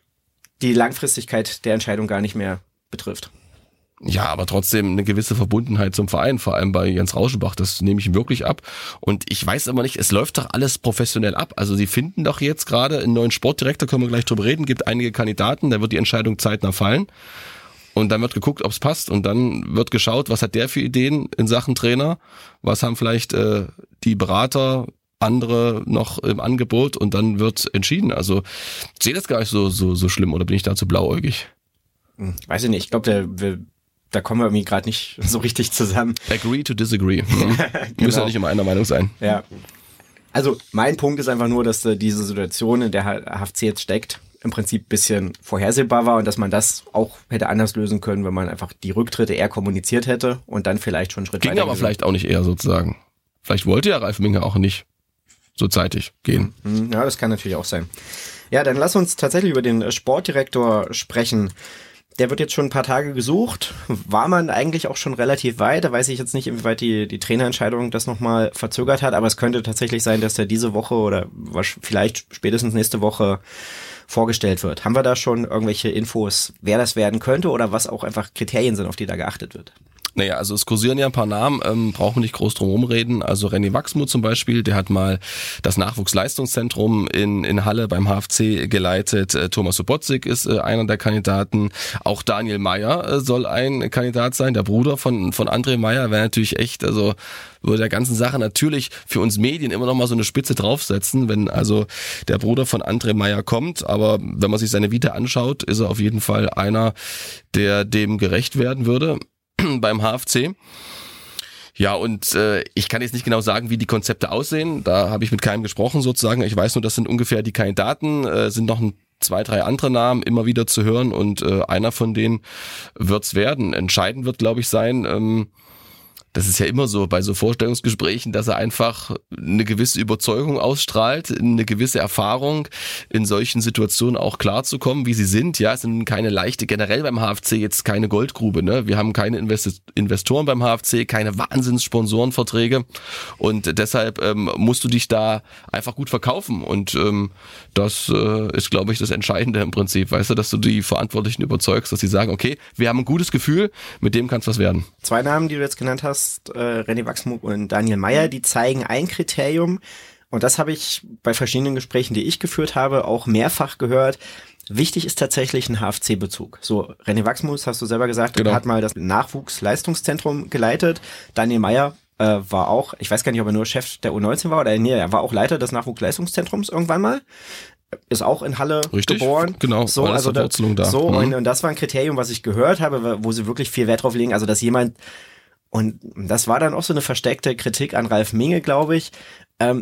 [SPEAKER 3] die Langfristigkeit der Entscheidung gar nicht mehr betrifft.
[SPEAKER 1] Ja, aber trotzdem eine gewisse Verbundenheit zum Verein, vor allem bei Jens Rauschenbach, das nehme ich ihm wirklich ab. Und ich weiß aber nicht, es läuft doch alles professionell ab. Also sie finden doch jetzt gerade einen neuen Sportdirektor, können wir gleich drüber reden, gibt einige Kandidaten, da wird die Entscheidung zeitnah fallen. Und dann wird geguckt, ob es passt. Und dann wird geschaut, was hat der für Ideen in Sachen Trainer, was haben vielleicht äh, die Berater, andere noch im Angebot und dann wird entschieden. Also ich sehe das gar nicht so so so schlimm oder bin ich da zu blauäugig?
[SPEAKER 3] Weiß ich nicht, ich glaube, der will, da kommen wir irgendwie gerade nicht so richtig zusammen.
[SPEAKER 1] Agree to disagree. Mhm.
[SPEAKER 3] Genau.
[SPEAKER 1] Müssen ja nicht immer einer Meinung sein.
[SPEAKER 3] Ja. Also mein Punkt ist einfach nur, dass äh, diese Situation, in der H F C jetzt steckt, im Prinzip ein bisschen vorhersehbar war und dass man das auch hätte anders lösen können, wenn man einfach die Rücktritte eher kommuniziert hätte und dann vielleicht schon einen Schritt
[SPEAKER 1] Ging
[SPEAKER 3] weiter.
[SPEAKER 1] aber vielleicht auch nicht eher sozusagen. Vielleicht wollte ja Ralf Minge auch nicht so zeitig gehen.
[SPEAKER 3] Ja, das kann natürlich auch sein. Ja, dann lass uns tatsächlich über den Sportdirektor sprechen. Der wird jetzt schon ein paar Tage gesucht. War man eigentlich auch schon relativ weit. Da weiß ich jetzt nicht, inwieweit die, die Trainerentscheidung das nochmal verzögert hat. Aber es könnte tatsächlich sein, dass der diese Woche oder vielleicht spätestens nächste Woche vorgestellt wird. Haben wir da schon irgendwelche Infos, wer das werden könnte oder was auch einfach Kriterien sind, auf die da geachtet wird?
[SPEAKER 1] Naja, also es kursieren ja ein paar Namen, ähm, brauchen wir nicht groß drum herum reden. Also René Wachsmuth zum Beispiel, der hat mal das Nachwuchsleistungszentrum in in Halle beim H F C geleitet. Äh, Thomas Sobotzik ist äh, einer der Kandidaten. Auch Daniel Meyer äh, soll ein Kandidat sein, der Bruder von von André Meyer. Wäre natürlich echt, also würde der ganzen Sache natürlich für uns Medien immer noch mal so eine Spitze draufsetzen, wenn also der Bruder von André Meyer kommt. Aber wenn man sich seine Vita anschaut, ist er auf jeden Fall einer, der dem gerecht werden würde beim H F C. Ja, und äh, ich kann jetzt nicht genau sagen, wie die Konzepte aussehen. Da habe ich mit keinem gesprochen sozusagen. Ich weiß nur, das sind ungefähr die Kandidaten, äh, sind noch ein, zwei, drei andere Namen immer wieder zu hören und äh, einer von denen wird's werden. Entscheidend wird, glaube ich, sein, ähm, das ist ja immer so bei so Vorstellungsgesprächen, dass er einfach eine gewisse Überzeugung ausstrahlt, eine gewisse Erfahrung, in solchen Situationen auch klarzukommen, wie sie sind. Ja, es sind keine leichte, generell beim H F C jetzt keine Goldgrube. Ne? Wir haben keine Invest- Investoren beim H F C, keine Wahnsinns-Sponsorenverträge und deshalb ähm, musst du dich da einfach gut verkaufen und ähm, das äh, ist, glaube ich, das Entscheidende im Prinzip. Weißt du, dass du die Verantwortlichen überzeugst, dass sie sagen, okay, wir haben ein gutes Gefühl, mit dem kann es was werden.
[SPEAKER 3] Zwei Namen, die du jetzt genannt hast, Äh, René Wachsmuth und Daniel Meyer, die zeigen ein Kriterium und das habe ich bei verschiedenen Gesprächen, die ich geführt habe, auch mehrfach gehört. Wichtig ist tatsächlich ein H F C-Bezug. So, René Wachsmuth, hast du selber gesagt, genau, hat mal das Nachwuchsleistungszentrum geleitet. Daniel Meyer äh, war auch, ich weiß gar nicht, ob er nur Chef der U neunzehn war oder nee, er war auch Leiter des Nachwuchsleistungszentrums irgendwann mal. Ist auch in Halle
[SPEAKER 1] Richtig,
[SPEAKER 3] geboren.
[SPEAKER 1] Genau,
[SPEAKER 3] so, also da,
[SPEAKER 1] da.
[SPEAKER 3] So,
[SPEAKER 1] mhm.
[SPEAKER 3] und, und das war ein Kriterium, was ich gehört habe, wo sie wirklich viel Wert drauf legen, also dass jemand. Und das war dann auch so eine versteckte Kritik an Ralf Minge, glaube ich. Ähm,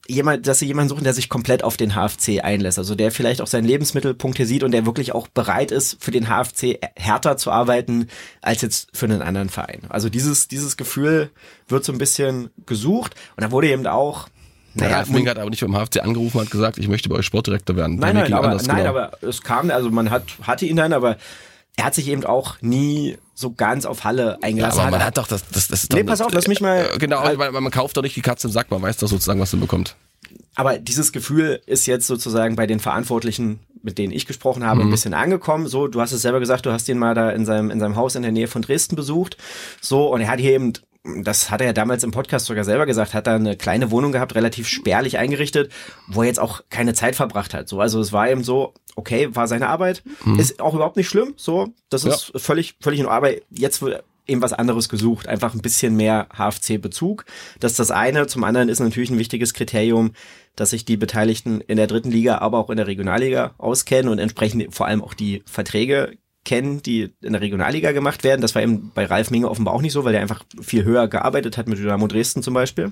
[SPEAKER 3] jemand, dass sie jemanden suchen, der sich komplett auf den H F C einlässt, also der vielleicht auch seinen Lebensmittelpunkt hier sieht und der wirklich auch bereit ist, für den H F C härter zu arbeiten, als jetzt für einen anderen Verein. Also dieses, dieses Gefühl wird so ein bisschen gesucht und da wurde eben auch
[SPEAKER 1] Naja, Ralf Minge hat aber nicht beim H F C angerufen und hat gesagt, ich möchte bei euch Sportdirektor werden.
[SPEAKER 3] Nein, nein, aber,
[SPEAKER 1] anders,
[SPEAKER 3] nein
[SPEAKER 1] genau.
[SPEAKER 3] aber es kam, also man hat hatte ihn dann, aber er hat sich eben auch nie so ganz auf Halle eingelassen.
[SPEAKER 1] Ja, aber man
[SPEAKER 3] hat,
[SPEAKER 1] hat doch das, das, das ist
[SPEAKER 3] Nee,
[SPEAKER 1] doch,
[SPEAKER 3] pass auf, lass mich mal.
[SPEAKER 1] Äh, genau,
[SPEAKER 3] halt,
[SPEAKER 1] weil man kauft doch nicht die Katze im Sack, man weiß doch sozusagen, was man bekommt.
[SPEAKER 3] Aber dieses Gefühl ist jetzt sozusagen bei den Verantwortlichen, mit denen ich gesprochen habe,
[SPEAKER 1] mhm.
[SPEAKER 3] ein bisschen angekommen. So, du hast es selber gesagt, du hast ihn mal da in seinem, in seinem Haus in der Nähe von Dresden besucht. So, und er hat hier eben, das hat er ja damals im Podcast sogar selber gesagt, hat da eine kleine Wohnung gehabt, relativ spärlich eingerichtet, wo er jetzt auch keine Zeit verbracht hat. So, also es war eben so, okay, war seine Arbeit, mhm. ist auch überhaupt nicht schlimm. So, das ist ja. völlig, völlig in Ordnung. Aber jetzt wird eben was anderes gesucht, einfach ein bisschen mehr H F C-Bezug. Das ist das eine. Zum anderen ist natürlich ein wichtiges Kriterium, dass sich die Beteiligten in der dritten Liga, aber auch in der Regionalliga auskennen und entsprechend vor allem auch die Verträge kennen, die in der Regionalliga gemacht werden. Das war eben bei Ralf Minge offenbar auch nicht so, weil der einfach viel höher gearbeitet hat mit Dynamo Dresden zum Beispiel.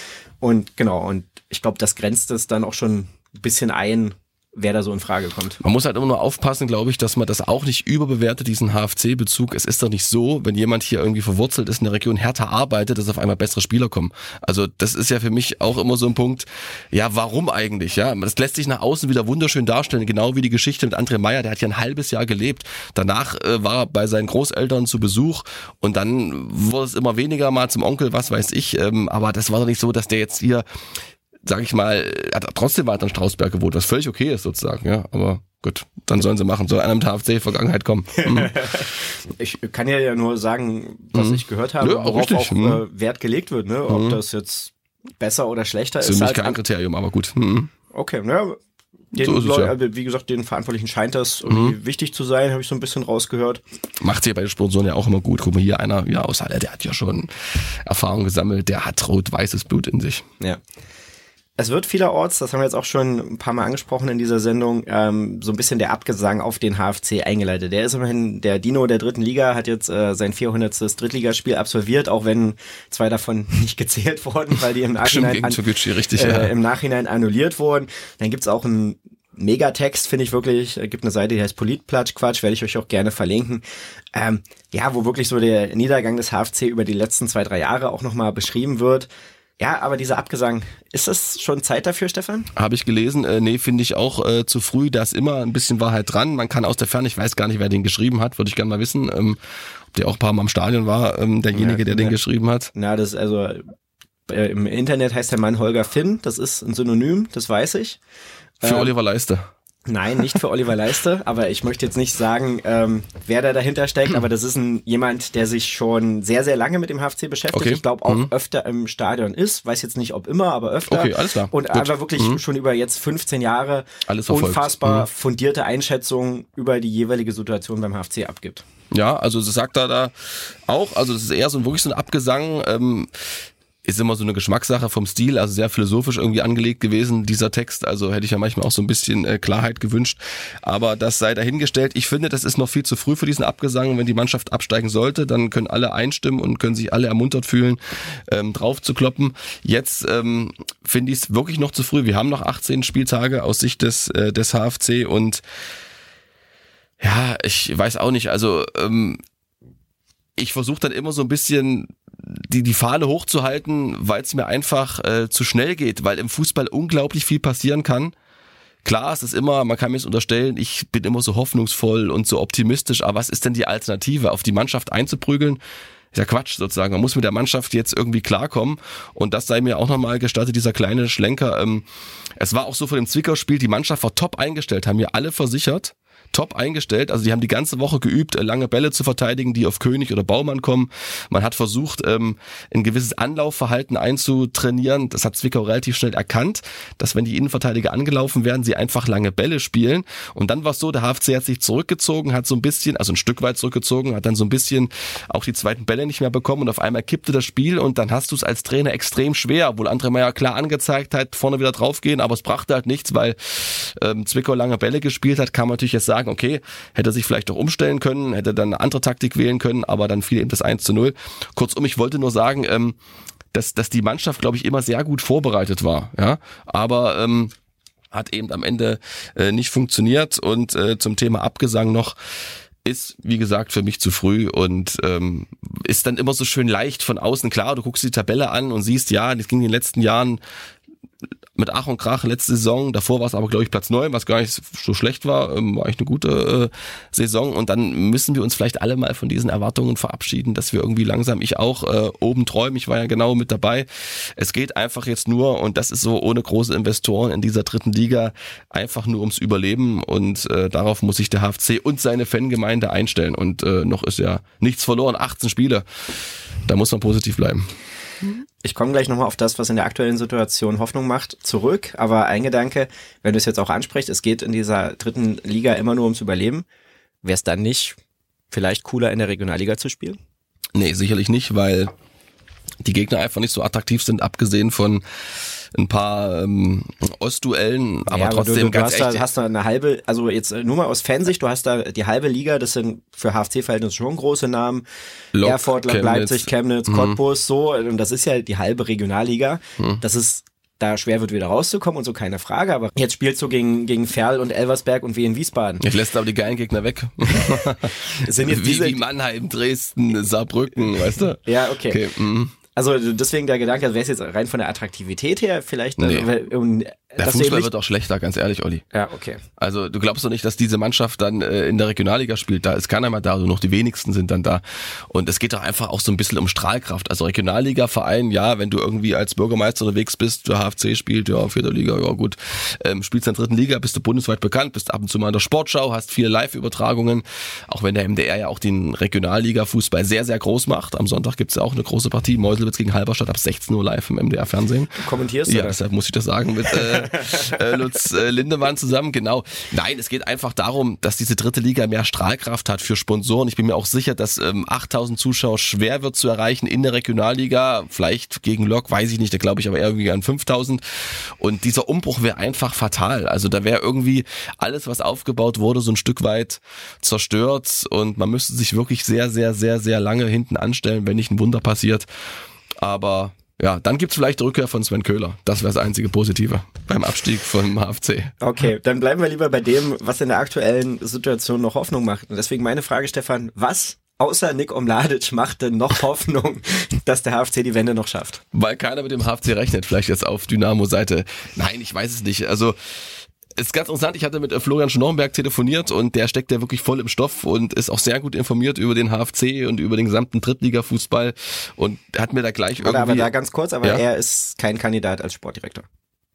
[SPEAKER 3] Und genau, und ich glaube, das grenzt es dann auch schon ein bisschen ein, wer da so in Frage kommt.
[SPEAKER 1] Man muss halt immer nur aufpassen, glaube ich, dass man das auch nicht überbewertet, diesen H F C-Bezug. Es ist doch nicht so, wenn jemand hier irgendwie verwurzelt ist in der Region, härter arbeitet, dass auf einmal bessere Spieler kommen. Also das ist ja für mich auch immer so ein Punkt, ja, warum eigentlich? Ja, das lässt sich nach außen wieder wunderschön darstellen, genau wie die Geschichte mit André Meyer, der hat ja ein halbes Jahr gelebt. Danach äh, war er bei seinen Großeltern zu Besuch und dann wurde es immer weniger, mal zum Onkel, was weiß ich. Ähm, aber das war doch nicht so, dass der jetzt hier, sag ich mal, hat trotzdem weiter in Strausberg gewohnt, was völlig okay ist sozusagen, ja, aber gut, dann sollen sie machen, soll einer mit H F C-Vergangenheit kommen. Mhm.
[SPEAKER 3] Ich kann ja nur sagen, was mhm. ich gehört habe,
[SPEAKER 1] ja, auch
[SPEAKER 3] worauf
[SPEAKER 1] richtig.
[SPEAKER 3] auch
[SPEAKER 1] mhm.
[SPEAKER 3] äh, Wert gelegt wird, ne? Ob
[SPEAKER 1] mhm.
[SPEAKER 3] das jetzt besser oder schlechter ist.
[SPEAKER 1] Das ist für mich
[SPEAKER 3] halt
[SPEAKER 1] kein Kriterium, aber gut. Mhm.
[SPEAKER 3] Okay, ne? Den
[SPEAKER 1] So ist es,
[SPEAKER 3] Leuten,
[SPEAKER 1] ja.
[SPEAKER 3] wie gesagt, den Verantwortlichen scheint das irgendwie mhm. wichtig zu sein, habe ich so ein bisschen rausgehört.
[SPEAKER 1] Macht sie ja bei den Sponsoren ja auch immer gut. Guck mal, hier einer ja, aus Halle, der hat ja schon Erfahrung gesammelt, der hat rot-weißes Blut in sich.
[SPEAKER 3] Ja. Es wird vielerorts, das haben wir jetzt auch schon ein paar Mal angesprochen in dieser Sendung, ähm, so ein bisschen der Abgesang auf den H F C eingeleitet. Der ist immerhin der Dino der dritten Liga, hat jetzt äh, sein vierhundertstes Drittligaspiel absolviert, auch wenn zwei davon nicht gezählt wurden, weil die im Nachhinein, an,
[SPEAKER 1] Türkgücü, richtig,
[SPEAKER 3] äh,
[SPEAKER 1] ja.
[SPEAKER 3] im Nachhinein annulliert wurden. Dann gibt's auch einen Megatext, finde ich wirklich, es gibt eine Seite, die heißt Politplatsch, Quatsch, werde ich euch auch gerne verlinken. Ähm, ja, wo wirklich so der Niedergang des H F C über die letzten zwei, drei Jahre auch nochmal beschrieben wird. Ja, aber dieser Abgesang, ist das schon Zeit dafür, Stefan?
[SPEAKER 1] Habe ich gelesen, äh, nee, finde ich auch äh, zu früh, da ist immer ein bisschen Wahrheit dran. Man kann aus der Ferne, ich weiß gar nicht, wer den geschrieben hat, würde ich gerne mal wissen, ähm, ob der auch ein paar Mal im Stadion war, ähm, derjenige, ja, der den ja. geschrieben hat.
[SPEAKER 3] Na, das also äh, im Internet heißt der Mann Holger Finn, das ist ein Synonym, das weiß ich.
[SPEAKER 1] Für
[SPEAKER 3] ähm,
[SPEAKER 1] Oliver Leiste.
[SPEAKER 3] Nein, nicht für Oliver Leiste, aber ich möchte jetzt nicht sagen, ähm, wer da dahinter steckt, aber das ist ein jemand, der sich schon sehr, sehr lange mit dem H F C beschäftigt.
[SPEAKER 1] Okay.
[SPEAKER 3] Ich glaube auch
[SPEAKER 1] mhm.
[SPEAKER 3] öfter im Stadion ist, weiß jetzt nicht, ob immer, aber öfter.
[SPEAKER 1] Okay, alles klar.
[SPEAKER 3] Und
[SPEAKER 1] Gut.
[SPEAKER 3] aber wirklich
[SPEAKER 1] mhm.
[SPEAKER 3] schon über jetzt fünfzehn Jahre
[SPEAKER 1] alles verfolgt.
[SPEAKER 3] unfassbar
[SPEAKER 1] mhm.
[SPEAKER 3] fundierte Einschätzungen über die jeweilige Situation beim H F C abgibt.
[SPEAKER 1] Ja, also das sagt er da auch, also das ist eher so wirklich so ein Abgesang, ähm, ist immer so eine Geschmackssache vom Stil, also sehr philosophisch irgendwie angelegt gewesen, dieser Text, also hätte ich ja manchmal auch so ein bisschen äh, Klarheit gewünscht, aber das sei dahingestellt. Ich finde, das ist noch viel zu früh für diesen Abgesang. Wenn die Mannschaft absteigen sollte, dann können alle einstimmen und können sich alle ermuntert fühlen, ähm, drauf zu kloppen. Jetzt ähm, finde ich es wirklich noch zu früh. Wir haben noch achtzehn Spieltage aus Sicht des, äh, des H F C und ja, ich weiß auch nicht, also ähm, ich versuche dann immer so ein bisschen die die Fahne hochzuhalten, weil es mir einfach äh, zu schnell geht, weil im Fußball unglaublich viel passieren kann. Klar, es ist immer, man kann mir es unterstellen, ich bin immer so hoffnungsvoll und so optimistisch, aber was ist denn die Alternative? Auf die Mannschaft einzuprügeln? Ist ja Quatsch sozusagen. Man muss mit der Mannschaft jetzt irgendwie klarkommen und das sei mir auch nochmal gestattet, dieser kleine Schlenker. Ähm, es war auch so vor dem Zwickau-Spiel, die Mannschaft war top eingestellt, haben mir alle versichert. Top eingestellt, also die haben die ganze Woche geübt, lange Bälle zu verteidigen, die auf König oder Baumann kommen. Man hat versucht, ähm, ein gewisses Anlaufverhalten einzutrainieren. Das hat Zwickau relativ schnell erkannt, dass wenn die Innenverteidiger angelaufen werden, sie einfach lange Bälle spielen. Und dann war es so, der H F C hat sich zurückgezogen, hat so ein bisschen, also ein Stück weit zurückgezogen, hat dann so ein bisschen auch die zweiten Bälle nicht mehr bekommen und auf einmal kippte das Spiel und dann hast du es als Trainer extrem schwer, obwohl André Meyer klar angezeigt hat, vorne wieder draufgehen, aber es brachte halt nichts, weil ähm, Zwickau lange Bälle gespielt hat, kann man natürlich jetzt sagen, okay, hätte sich vielleicht auch umstellen können, hätte dann eine andere Taktik wählen können, aber dann fiel eben das eins zu null. Kurzum, ich wollte nur sagen, ähm, dass, dass die Mannschaft, glaube ich, immer sehr gut vorbereitet war, ja, aber ähm, hat eben am Ende äh, nicht funktioniert. Und äh, zum Thema Abgesang noch, ist, wie gesagt, für mich zu früh und ähm, ist dann immer so schön leicht von außen. Klar, du guckst die Tabelle an und siehst, ja, das ging in den letzten Jahren mit Ach und Krach letzte Saison, davor war es aber, glaube ich, Platz neun, was gar nicht so schlecht war, ähm, war eigentlich eine gute äh, Saison, und dann müssen wir uns vielleicht alle mal von diesen Erwartungen verabschieden, dass wir irgendwie langsam, ich auch, äh, oben träumen, ich war ja genau mit dabei. Es geht einfach jetzt nur, und das ist so ohne große Investoren in dieser dritten Liga, einfach nur ums Überleben, und äh, darauf muss sich der H F C und seine Fangemeinde einstellen, und äh, noch ist ja nichts verloren, achtzehn Spiele, da muss man positiv bleiben.
[SPEAKER 3] Ich komme gleich nochmal auf das, was in der aktuellen Situation Hoffnung macht, zurück. Aber ein Gedanke, wenn du es jetzt auch ansprichst, es geht in dieser dritten Liga immer nur ums Überleben. Wäre es dann nicht vielleicht cooler, in der Regionalliga zu spielen?
[SPEAKER 1] Nee, sicherlich nicht, weil die Gegner einfach nicht so attraktiv sind, abgesehen von ein paar ähm, Ostduellen, aber, ja, aber trotzdem
[SPEAKER 3] du, du
[SPEAKER 1] ganz
[SPEAKER 3] hast
[SPEAKER 1] echt.
[SPEAKER 3] Da, hast da eine halbe, also jetzt nur mal aus Fansicht, du hast da die halbe Liga, das sind für H F C-Verhältnisse schon große Namen.
[SPEAKER 1] Lok,
[SPEAKER 3] Erfurt,
[SPEAKER 1] Chemnitz.
[SPEAKER 3] Leipzig, Chemnitz,
[SPEAKER 1] Mhm.
[SPEAKER 3] Cottbus, so, und das ist ja die halbe Regionalliga. Mhm. Das ist da schwer wird, wieder rauszukommen und so, keine Frage, aber jetzt spielst du gegen, gegen Ferl und Elversberg und Wien Wiesbaden.
[SPEAKER 1] Ich lässt aber die geilen Gegner weg.
[SPEAKER 3] sind jetzt
[SPEAKER 1] wie,
[SPEAKER 3] diese,
[SPEAKER 1] wie Mannheim, Dresden, Saarbrücken, weißt du?
[SPEAKER 3] Ja, okay.
[SPEAKER 1] okay mm.
[SPEAKER 3] Also deswegen der Gedanke, wäre es jetzt rein von der Attraktivität her vielleicht...
[SPEAKER 1] Nee.
[SPEAKER 3] Äh, um,
[SPEAKER 1] der Fußball wird auch schlechter, ganz ehrlich, Olli.
[SPEAKER 3] Ja, okay.
[SPEAKER 1] Also du glaubst doch nicht, dass diese Mannschaft dann äh, in der Regionalliga spielt. Da ist keiner mehr da, also noch die wenigsten sind dann da. Und es geht doch einfach auch so ein bisschen um Strahlkraft. Also Regionalliga-Verein, ja, wenn du irgendwie als Bürgermeister unterwegs bist, der H F C spielt, ja, vierter Liga, ja gut. Ähm, spielst in der dritten Liga, bist du bundesweit bekannt, bist ab und zu mal in der Sportschau, hast viele Live-Übertragungen. Auch wenn der M D R ja auch den Regionalliga-Fußball sehr, sehr groß macht. Am Sonntag gibt's ja auch eine große Partie. Meuselwitz gegen Halberstadt ab sechzehn Uhr live im M D R-Fernsehen.
[SPEAKER 3] Kommentierst du
[SPEAKER 1] Ja,
[SPEAKER 3] das?
[SPEAKER 1] deshalb muss ich das sagen mit äh, äh, Lutz äh, Lindemann zusammen, genau. Nein, es geht einfach darum, dass diese dritte Liga mehr Strahlkraft hat für Sponsoren. Ich bin mir auch sicher, dass ähm, achttausend Zuschauer schwer wird zu erreichen in der Regionalliga. Vielleicht gegen Lok, weiß ich nicht, da glaube ich aber eher irgendwie an fünftausend. Und dieser Umbruch wäre einfach fatal. Also da wäre irgendwie alles, was aufgebaut wurde, so ein Stück weit zerstört, und man müsste sich wirklich sehr, sehr, sehr, sehr lange hinten anstellen, wenn nicht ein Wunder passiert. Aber ja, dann gibt's vielleicht die Rückkehr von Sven Köhler. Das wäre das einzige Positive beim Abstieg vom H F C.
[SPEAKER 3] Okay, dann bleiben wir lieber bei dem, was in der aktuellen Situation noch Hoffnung macht. Und deswegen meine Frage, Stefan, was außer Nick Omladic macht denn noch Hoffnung, dass der H F C die Wende noch schafft?
[SPEAKER 1] Weil keiner mit dem H F C rechnet, vielleicht jetzt auf Dynamo-Seite. Nein, ich weiß es nicht. Also es ist ganz interessant, ich hatte mit Florian Schnorrenberg telefoniert, und der steckt ja wirklich voll im Stoff und ist auch sehr gut informiert über den H F C und über den gesamten Drittliga-Fußball, und hat mir da gleich irgendwie...
[SPEAKER 3] Oder aber da ganz kurz, aber
[SPEAKER 1] ja?
[SPEAKER 3] er ist kein Kandidat als Sportdirektor.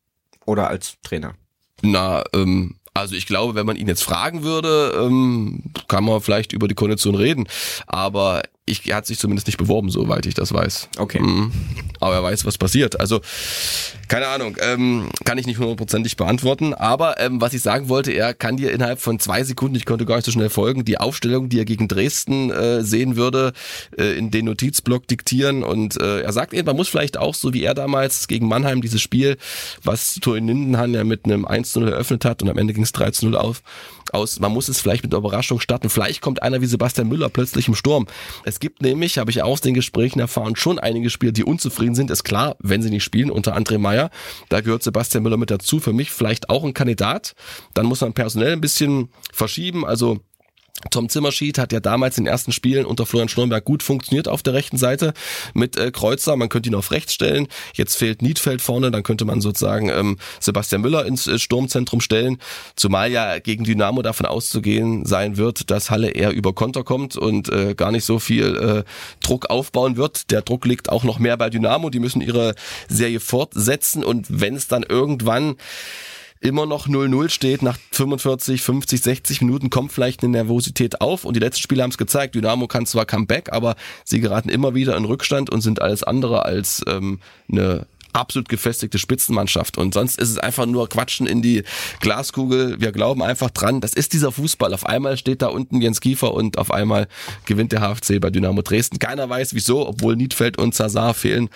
[SPEAKER 3] Oder als Trainer.
[SPEAKER 1] Na, ähm, also ich glaube, wenn man ihn jetzt fragen würde, ähm, kann man vielleicht über die Kondition reden, aber ich, er hat sich zumindest nicht beworben, soweit ich das weiß.
[SPEAKER 3] Okay.
[SPEAKER 1] Mhm. Aber er weiß, was passiert. Also, keine Ahnung, ähm, kann ich nicht hundertprozentig beantworten, aber ähm, was ich sagen wollte, er kann dir innerhalb von zwei Sekunden, ich konnte gar nicht so schnell folgen, die Aufstellung, die er gegen Dresden äh, sehen würde, äh, in den Notizblock diktieren, und äh, er sagt eben, man muss vielleicht auch, so wie er damals gegen Mannheim, dieses Spiel, was Torin Lindenhahn ja mit einem eins zu null eröffnet hat, und am Ende ging es drei zu null auf, aus, man muss es vielleicht mit einer Überraschung starten, vielleicht kommt einer wie Sebastian Müller plötzlich im Sturm. Es gibt nämlich, habe ich aus den Gesprächen erfahren, schon einige Spieler, die unzufrieden sind, ist klar, wenn sie nicht spielen, unter André Meyer, da gehört Sebastian Müller mit dazu, für mich vielleicht auch ein Kandidat, dann muss man personell ein bisschen verschieben, also Tom Zimmerschied hat ja damals in den ersten Spielen unter Florian Schnorrenberg gut funktioniert auf der rechten Seite mit äh, Kreuzer, man könnte ihn auf rechts stellen, jetzt fehlt Niedfeld vorne, dann könnte man sozusagen ähm, Sebastian Müller ins äh, Sturmzentrum stellen, zumal ja gegen Dynamo davon auszugehen sein wird, dass Halle eher über Konter kommt und äh, gar nicht so viel äh, Druck aufbauen wird. Der Druck liegt auch noch mehr bei Dynamo, die müssen ihre Serie fortsetzen, und wenn es dann irgendwann immer noch null null steht, nach fünfundvierzig, fünfzig, sechzig Minuten kommt vielleicht eine Nervosität auf, und die letzten Spiele haben es gezeigt, Dynamo kann zwar Comeback, aber sie geraten immer wieder in Rückstand und sind alles andere als ähm, eine absolut gefestigte Spitzenmannschaft, und sonst ist es einfach nur Quatschen in die Glaskugel. Wir glauben einfach dran, das ist dieser Fußball. Auf einmal steht da unten Jens Kiefer und auf einmal gewinnt der H F C bei Dynamo Dresden. Keiner weiß wieso, obwohl Niedfeld und Zazar fehlen.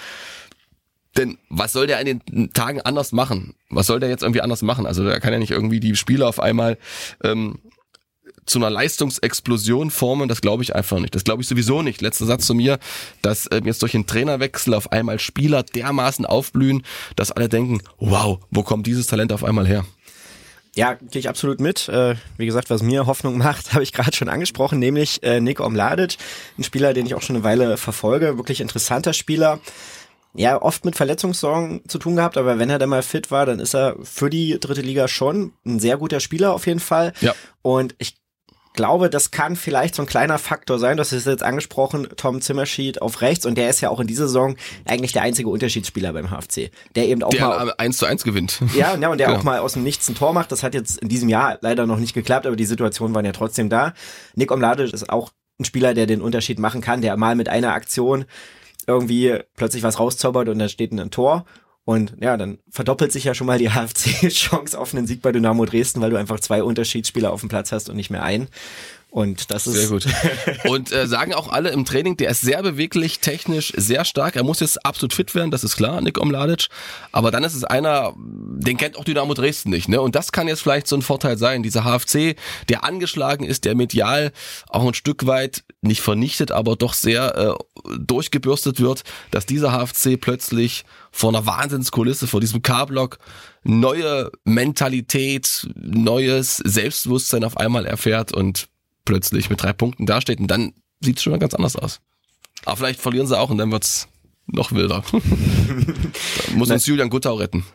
[SPEAKER 1] Denn was soll der an den Tagen anders machen? Was soll der jetzt irgendwie anders machen? Also der kann ja nicht irgendwie die Spieler auf einmal ähm, zu einer Leistungsexplosion formen, das glaube ich einfach nicht. Das glaube ich sowieso nicht. Letzter Satz zu mir, dass ähm, jetzt durch den Trainerwechsel auf einmal Spieler dermaßen aufblühen, dass alle denken, wow, wo kommt dieses Talent auf einmal her?
[SPEAKER 3] Ja, gehe ich absolut mit. Äh, wie gesagt, was mir Hoffnung macht, habe ich gerade schon angesprochen, nämlich äh, Nico Omladic, ein Spieler, den ich auch schon eine Weile verfolge, wirklich interessanter Spieler. Ja, oft mit Verletzungssorgen zu tun gehabt, aber wenn er dann mal fit war, dann ist er für die dritte Liga schon ein sehr guter Spieler auf jeden Fall.
[SPEAKER 1] Ja.
[SPEAKER 3] Und ich glaube, das kann vielleicht so ein kleiner Faktor sein, das ist jetzt angesprochen, Tom Zimmerschied auf rechts, und der ist ja auch in dieser Saison eigentlich der einzige Unterschiedsspieler beim H F C, der eben auch
[SPEAKER 1] der
[SPEAKER 3] mal
[SPEAKER 1] eins zu eins gewinnt.
[SPEAKER 3] Ja, ja, und der
[SPEAKER 1] genau.
[SPEAKER 3] auch mal aus dem Nichts ein Tor macht. Das hat jetzt in diesem Jahr leider noch nicht geklappt, aber die Situationen waren ja trotzdem da. Nick Omladic ist auch ein Spieler, der den Unterschied machen kann, der mal mit einer Aktion irgendwie plötzlich was rauszaubert und dann steht ein Tor. Und ja, dann verdoppelt sich ja schon mal die H F C-Chance auf einen Sieg bei Dynamo Dresden, weil du einfach zwei Unterschiedsspieler auf dem Platz hast und nicht mehr einen. Und das ist
[SPEAKER 1] sehr gut. Und äh, sagen auch alle im Training, der ist sehr beweglich, technisch sehr stark. Er muss jetzt absolut fit werden, das ist klar, Nick Omladic. Aber dann ist es einer, den kennt auch Dynamo Dresden nicht, ne? Und das kann jetzt vielleicht so ein Vorteil sein. Dieser H F C, der angeschlagen ist, der medial auch ein Stück weit nicht vernichtet, aber doch sehr äh, durchgebürstet wird, dass dieser H F C plötzlich vor einer Wahnsinnskulisse, vor diesem K-Block neue Mentalität, neues Selbstbewusstsein auf einmal erfährt und plötzlich mit drei Punkten dasteht, und dann sieht es schon mal ganz anders aus. Aber vielleicht verlieren sie auch und dann wird's noch wilder. Da muss uns Julian Guttau retten.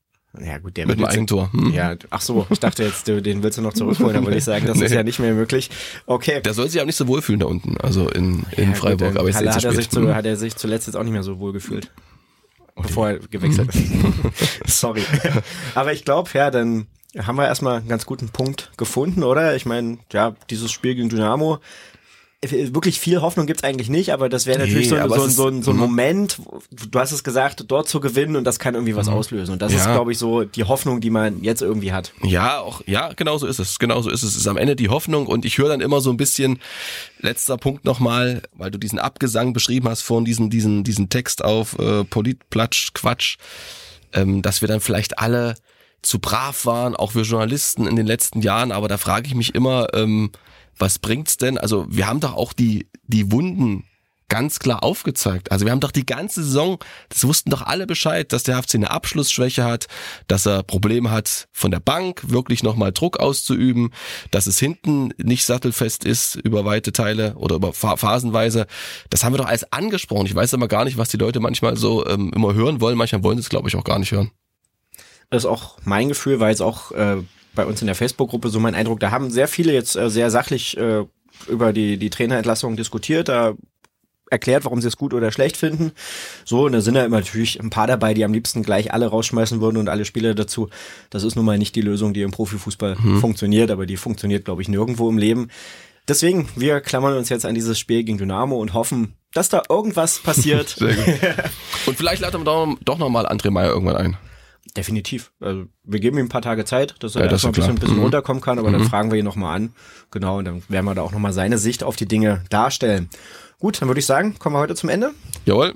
[SPEAKER 3] Ja gut, der
[SPEAKER 1] mit einem Eigentor. Hm.
[SPEAKER 3] Ja, ach so, ich dachte jetzt, den willst du noch zurückholen, dann würde ich sagen, das nee. ist ja nicht mehr möglich. Okay.
[SPEAKER 1] Der soll sich auch nicht so wohlfühlen da unten, also in, in ja, Freiburg.
[SPEAKER 3] Gut,
[SPEAKER 1] aber jetzt
[SPEAKER 3] hat,
[SPEAKER 1] er
[SPEAKER 3] sich zu, hat er sich zuletzt jetzt auch nicht mehr so wohl gefühlt. Okay. Bevor er gewechselt ist. Sorry. Aber ich glaube, ja, dann haben wir erstmal einen ganz guten Punkt gefunden, oder? Ich meine, ja, dieses Spiel gegen Dynamo, wirklich viel Hoffnung gibt's eigentlich nicht, aber das wäre natürlich nee, so, so, so, so, so ein Moment, du hast es gesagt, dort zu gewinnen, und das kann irgendwie was auslösen. Und das ja. ist, glaube ich, so die Hoffnung, die man jetzt irgendwie hat.
[SPEAKER 1] Ja, auch, ja, genau so ist es. Genau so ist es. Es ist am Ende die Hoffnung, und ich höre dann immer so ein bisschen, letzter Punkt nochmal, weil du diesen Abgesang beschrieben hast, vorhin diesen, diesen, diesen Text auf äh, Politplatsch, Quatsch, ähm, dass wir dann vielleicht alle zu brav waren, auch wir Journalisten in den letzten Jahren, aber da frage ich mich immer, ähm, was bringt's denn? Also wir haben doch auch die die Wunden ganz klar aufgezeigt. Also wir haben doch die ganze Saison, das wussten doch alle Bescheid, dass der H F C eine Abschlussschwäche hat, dass er Probleme hat, von der Bank wirklich nochmal Druck auszuüben, dass es hinten nicht sattelfest ist über weite Teile oder über phasenweise. Das haben wir doch alles angesprochen. Ich weiß aber gar nicht, was die Leute manchmal so ähm, immer hören wollen. Manchmal wollen sie es, glaube ich, auch gar nicht hören.
[SPEAKER 3] Das ist auch mein Gefühl, weil es auch äh, bei uns in der Facebook-Gruppe so mein Eindruck, da haben sehr viele jetzt äh, sehr sachlich äh, über die die Trainerentlassung diskutiert, da erklärt, warum sie es gut oder schlecht finden. So, und da sind ja immer natürlich ein paar dabei, die am liebsten gleich alle rausschmeißen würden und alle Spieler dazu. Das ist nun mal nicht die Lösung, die im Profifußball hm. funktioniert, aber die funktioniert, glaube ich, nirgendwo im Leben. Deswegen, wir klammern uns jetzt an dieses Spiel gegen Dynamo und hoffen, dass da irgendwas passiert.
[SPEAKER 1] Sehr gut. Und vielleicht laden wir doch, doch nochmal André Meyer irgendwann ein.
[SPEAKER 3] Definitiv. Also wir geben ihm ein paar Tage Zeit, dass er
[SPEAKER 1] ja, das
[SPEAKER 3] erstmal ein bisschen, ein bisschen
[SPEAKER 1] mhm.
[SPEAKER 3] runterkommen kann, aber
[SPEAKER 1] mhm.
[SPEAKER 3] dann fragen wir ihn nochmal an. Genau, und dann werden wir da auch nochmal seine Sicht auf die Dinge darstellen. Gut, dann würde ich sagen, kommen wir heute zum Ende.
[SPEAKER 1] Jawohl.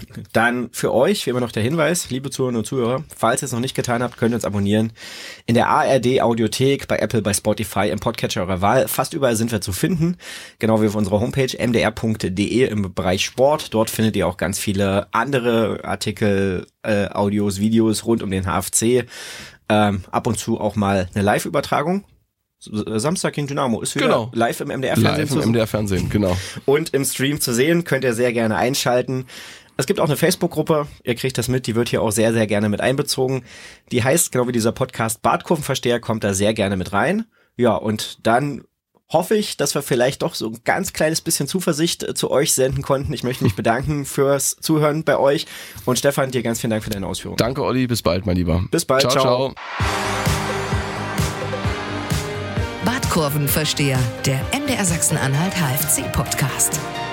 [SPEAKER 3] Dann für euch, wie immer noch der Hinweis, liebe Zuhörerinnen und Zuhörer, falls ihr es noch nicht getan habt, könnt ihr uns abonnieren. In der A R D Audiothek, bei Apple, bei Spotify, im Podcatcher eurer Wahl. Fast überall sind wir zu finden. Genau wie auf unserer Homepage m d r punkt d e im Bereich Sport. Dort findet ihr auch ganz viele andere Artikel, äh, Audios, Videos rund um den H F C. Ähm, ab und zu auch mal eine Live-Übertragung. Samstag gegen Dynamo ist wieder
[SPEAKER 1] genau.
[SPEAKER 3] live im M D R-Fernsehen.
[SPEAKER 1] Live im M D R-Fernsehen, genau.
[SPEAKER 3] Und im Stream zu sehen, könnt ihr sehr gerne einschalten. Es gibt auch eine Facebook-Gruppe, ihr kriegt das mit, die wird hier auch sehr, sehr gerne mit einbezogen. Die heißt, genau wie dieser Podcast Bartkurvenversteher, kommt da sehr gerne mit rein. Ja, und dann hoffe ich, dass wir vielleicht doch so ein ganz kleines bisschen Zuversicht äh, zu euch senden konnten. Ich möchte mich bedanken fürs Zuhören bei euch. Und Stefan, dir ganz vielen Dank für deine Ausführungen.
[SPEAKER 1] Danke, Olli. Bis bald, mein Lieber.
[SPEAKER 3] Bis bald.
[SPEAKER 1] Ciao,
[SPEAKER 3] ciao.
[SPEAKER 1] ciao.
[SPEAKER 2] Bartkurvenversteher, der M D R Sachsen-Anhalt H F C Podcast.